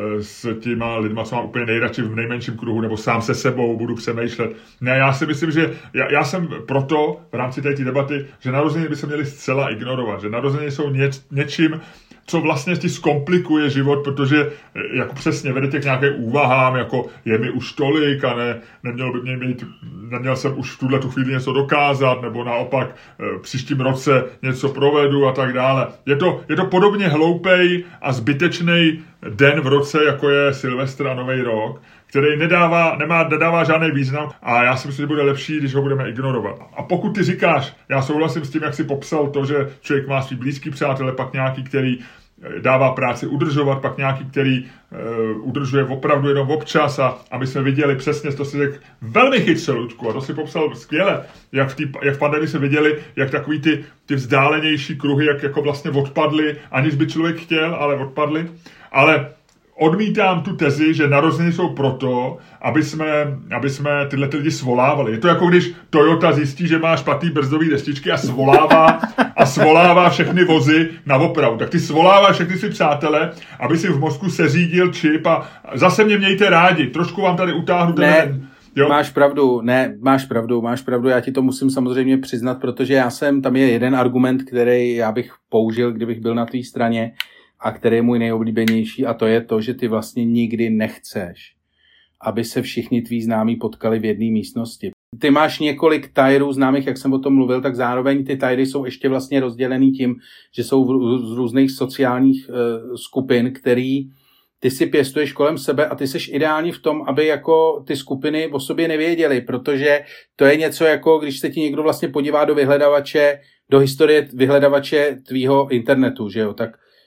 s těma lidma, co mám úplně nejradši v nejmenším kruhu, nebo sám se sebou budu přemýšlet. Ne, já si myslím, že já, já jsem proto v rámci té debaty, že narozeniny by se měly zcela ignorovat, že narozeniny jsou něč, něčím, co vlastně ti zkomplikuje život, protože jako přesně vedete k nějaké úvahám, jako je mi už tolik a ne, neměl by mě mít, neměl jsem už v tuhle tu chvíli něco dokázat, nebo naopak příštím roce něco provedu a tak dále. Je to, je to podobně hloupej a zbytečný den v roce, jako je Silvestr a Nový rok, který nedává, nemá, nedává žádný význam a já si myslím, že bude lepší, když ho budeme ignorovat. A pokud ty říkáš, já souhlasím s tím, jak jsi popsal to, že člověk má svý blízký přátele, pak nějaký, který dává práci udržovat, pak nějaký, který uh, udržuje opravdu jenom občas a, a my jsme viděli přesně, to si řekl velmi chytře, Ludku, a to si popsal skvěle, jak v, tý, jak v pandemii se viděli, jak takový ty, ty vzdálenější kruhy, jak jako vlastně odpadly, aniž by člověk chtěl, ale odpadly. Ale odmítám tu tezi, že narozeniny jsou proto, aby jsme, aby jsme tyhle ty lidi svolávali. Je to jako když Toyota zjistí, že má špatný brzdový destičky a svolává a svolává všechny vozy na opravu. Tak ty svolává všechny si přátele, aby si v mozku seřídil čip a zase mě mějte rádi. Trošku vám tady utáhnu ten... Ne, jo? Máš pravdu, ne, máš pravdu, máš pravdu. Já ti to musím samozřejmě přiznat, protože já jsem, tam je jeden argument, který já bych použil, kdybych byl na té straně, a který je můj nejoblíbenější, a to je to, že ty vlastně nikdy nechceš, aby se všichni tví známí potkali v jedné místnosti. Ty máš několik tyrů známých, jak jsem o tom mluvil, tak zároveň ty tyry jsou ještě vlastně rozdělený tím, že jsou z různých sociálních uh, skupin, který ty si pěstuješ kolem sebe a ty seš ideální v tom, aby jako ty skupiny o sobě nevěděly, protože to je něco jako, když se ti někdo vlastně podívá do vyhledavače, do historie vyhledavače tvýho internetu, že jo, tak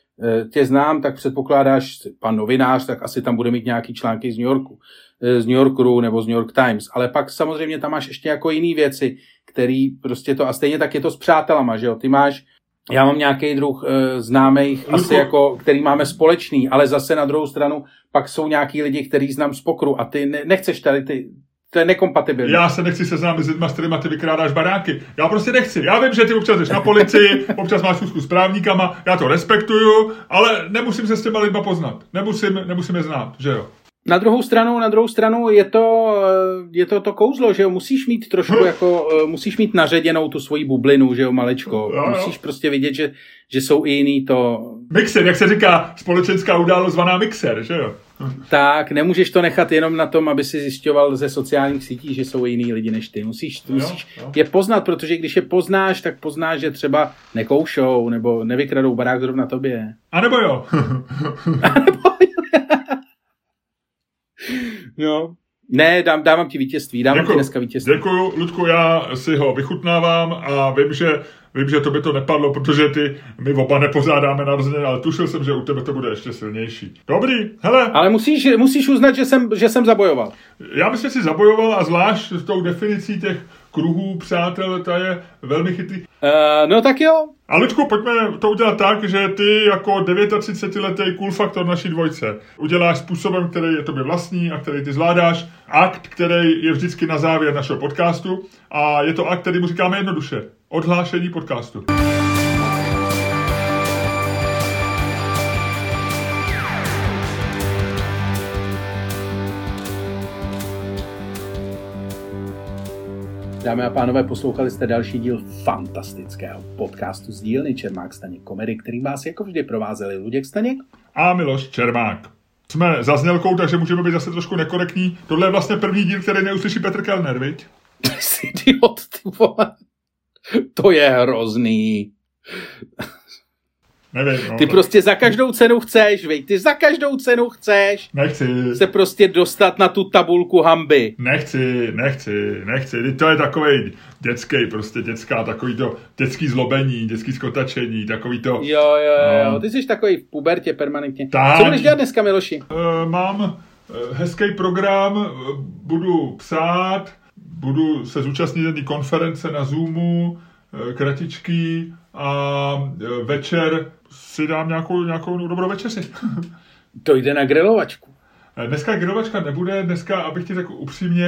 tě znám, tak předpokládáš, pan novinář, tak asi tam bude mít nějaký články z New Yorku, z New Yorkeru nebo z New York Times, ale pak samozřejmě tam máš ještě jako jiný věci, který prostě to, a stejně tak je to s přátelama, že jo, ty máš, já mám nějaký druh e, známých, asi jako, který máme společný, ale zase na druhou stranu pak jsou nějaký lidi, který znám z pokru a ty ne, nechceš tady ty, to je nekompatibilní. Já se nechci seznámit s lidma, s kterýma ty vykrádáš baráky. Já prostě nechci. Já vím, že ty občas jdeš na policii, občas máš schůzku s právníkama, já to respektuju, ale nemusím se s těma lidma poznat. Nemusím, nemusím je znát, že jo. Na druhou stranu, na druhou stranu je to, je to to kouzlo, že jo, musíš mít trošku hm. jako, musíš mít naředěnou tu svoji bublinu, že jo, malečko. Jo, jo. Musíš prostě vidět, že, že jsou i jiný to... Mixer, jak se říká, společenská událost zvaná mixer, že jo. Tak, nemůžeš to nechat jenom na tom, aby si zjišťoval ze sociálních sítí, že jsou jiný lidi než ty. Musíš, jo, musíš jo. je poznat, protože když je poznáš, tak poznáš, že třeba nekoušou, nebo nevykradou barák zrovna tobě. A nebo jo. A nebo jo. Jo. Ne, dám, dávám ti vítězství, dávám děkuju, ti dneska vítězství. Děkuju, Ludku, já si ho vychutnávám a vím, že Vím, že to by to nepadlo, protože ty, my oba nepořádáme narozeniny, ale tušil jsem, že u tebe to bude ještě silnější. Dobrý, hele. Ale musíš, musíš uznat, že jsem, že jsem zabojoval. Já myslím, že jsi zabojoval a zvlášť s tou definicí těch kruhů přátel, ta je velmi chytrý. Uh, no tak jo. A Luďku, pojďme to udělat tak, že ty jako třicetiletý cool faktor naší dvojce uděláš způsobem, který je tobě vlastní a který ty zvládáš. Akt, který je vždycky na závěr našeho podcastu a je to akt, který mu říkáme jednoduše. Odhlášení podcastu. Dámy a pánové, poslouchali jste další díl fantastického podcastu z dílny Čermák Staněk Komedy, který vás jako vždy provázeli Luděk Staněk a Miloš Čermák. Jsme za znělkou, takže můžeme být zase trošku nekorektní. Tohle je vlastně první díl, který neuslyší Petr Kellner, viď? Jsi idiot, ty vole. To je hrozný. Nevím, no, ty tak... prostě za každou cenu chceš, viď? Ty za každou cenu chceš Nechci. se prostě dostat na tu tabulku hanby. Nechci, nechci, nechci. To je takovej dětský, prostě dětská, takový to dětský zlobení, dětský skotačení, takový to... Jo, jo, jo, no. Ty jsi takový v pubertě permanentně. Tak. Co budeš dělat dneska, Miloši? Uh, mám uh, hezký program, uh, budu psát, budu se zúčastnit jedné konference na Zoomu, kratičký a večer si dám nějakou, nějakou dobrou večeři. To jde na grilovačku. Dneska grilovačka nebude, dneska, abych ti řekl upřímně,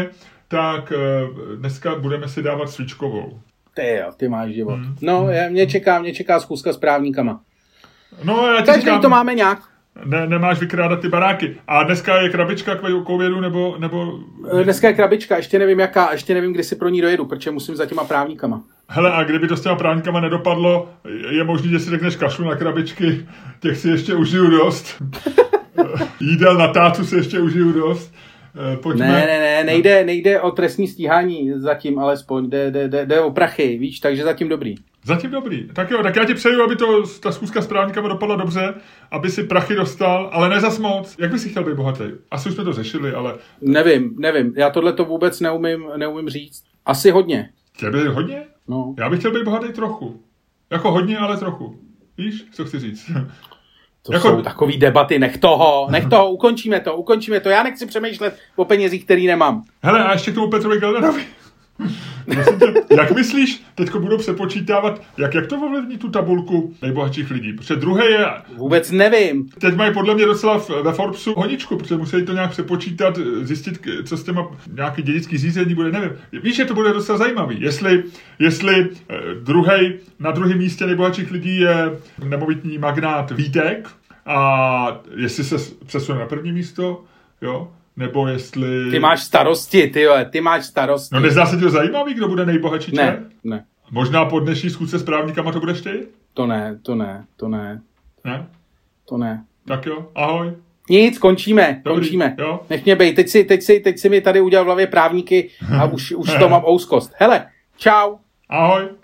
tak dneska budeme si dávat svíčkovou. Ty jo, ty máš život. Hmm. No, mě čeká, mě čeká schůzka s právníkama. No, já ti Takže říkám, to máme nějak. Ne, nemáš vykrádat ty baráky. A dneska je krabička k obědu, nebo, nebo... Dneska je krabička, ještě nevím jaká, ještě nevím, kdy si pro ní dojedu, protože musím za těma právníkama. Hele, a kdyby to s těma právníkama nedopadlo, je možný, že si řekneš kašlu na krabičky, těch si ještě užiju dost. Jídel na tácu si ještě užiju dost. Pojďme. Ne, ne, ne, nejde, nejde o trestní stíhání zatím, alespoň, jde, jde, jde, jde o prachy, víš, takže zatím dobrý. Zatím dobrý. Tak jo, tak já ti přeju, aby to, ta schůzka s právníkama dopadla dobře, aby si prachy dostal, ale ne zas moc. Jak bys si chtěl být bohatý? Asi už jsme to řešili, ale... Nevím, nevím, já tohle to vůbec neumím, neumím říct. Asi hodně. Chtěl být hodně? No. Já bych chtěl být bohatý trochu. Jako hodně, ale trochu. Víš, co chci říct? To jako... jsou takový debaty, nech toho, nech toho, ukončíme to, ukončíme to. Já nechci přemýšlet o penězích, který nemám. Hele, a ještě k tomu Petrovi Kellnerovi. Jak myslíš, teďko budou přepočítávat, jak, jak to ovlivní tu tabulku nejbohatších lidí? Protože druhé je... Vůbec nevím. Teď mají podle mě docela ve Forbesu honičku, protože musí to nějak přepočítat, zjistit, co s těma nějaký dědický řízení bude, nevím. Víš, že to bude docela zajímavý. Jestli, jestli druhej, na druhém místě nejbohatších lidí je nemovitní magnát Vítek a jestli se přesune na první místo, jo, nebo jestli... Ty máš starosti, ty jo, ty máš starosti. No nezdá se ti to zajímavý, kdo bude nejbohatší ne, člen? Ne, Možná po dnešní schůzce s právníkama to budeš ty? To ne, to ne, to ne. Ne? To ne. Tak jo, ahoj. Nic, končíme, Dobrý, končíme. Jo. Nech mě bej, teď si, teď, si, teď si mi tady udělal v hlavě právníky a už, už to mám ouskost. Hele, čau. Ahoj.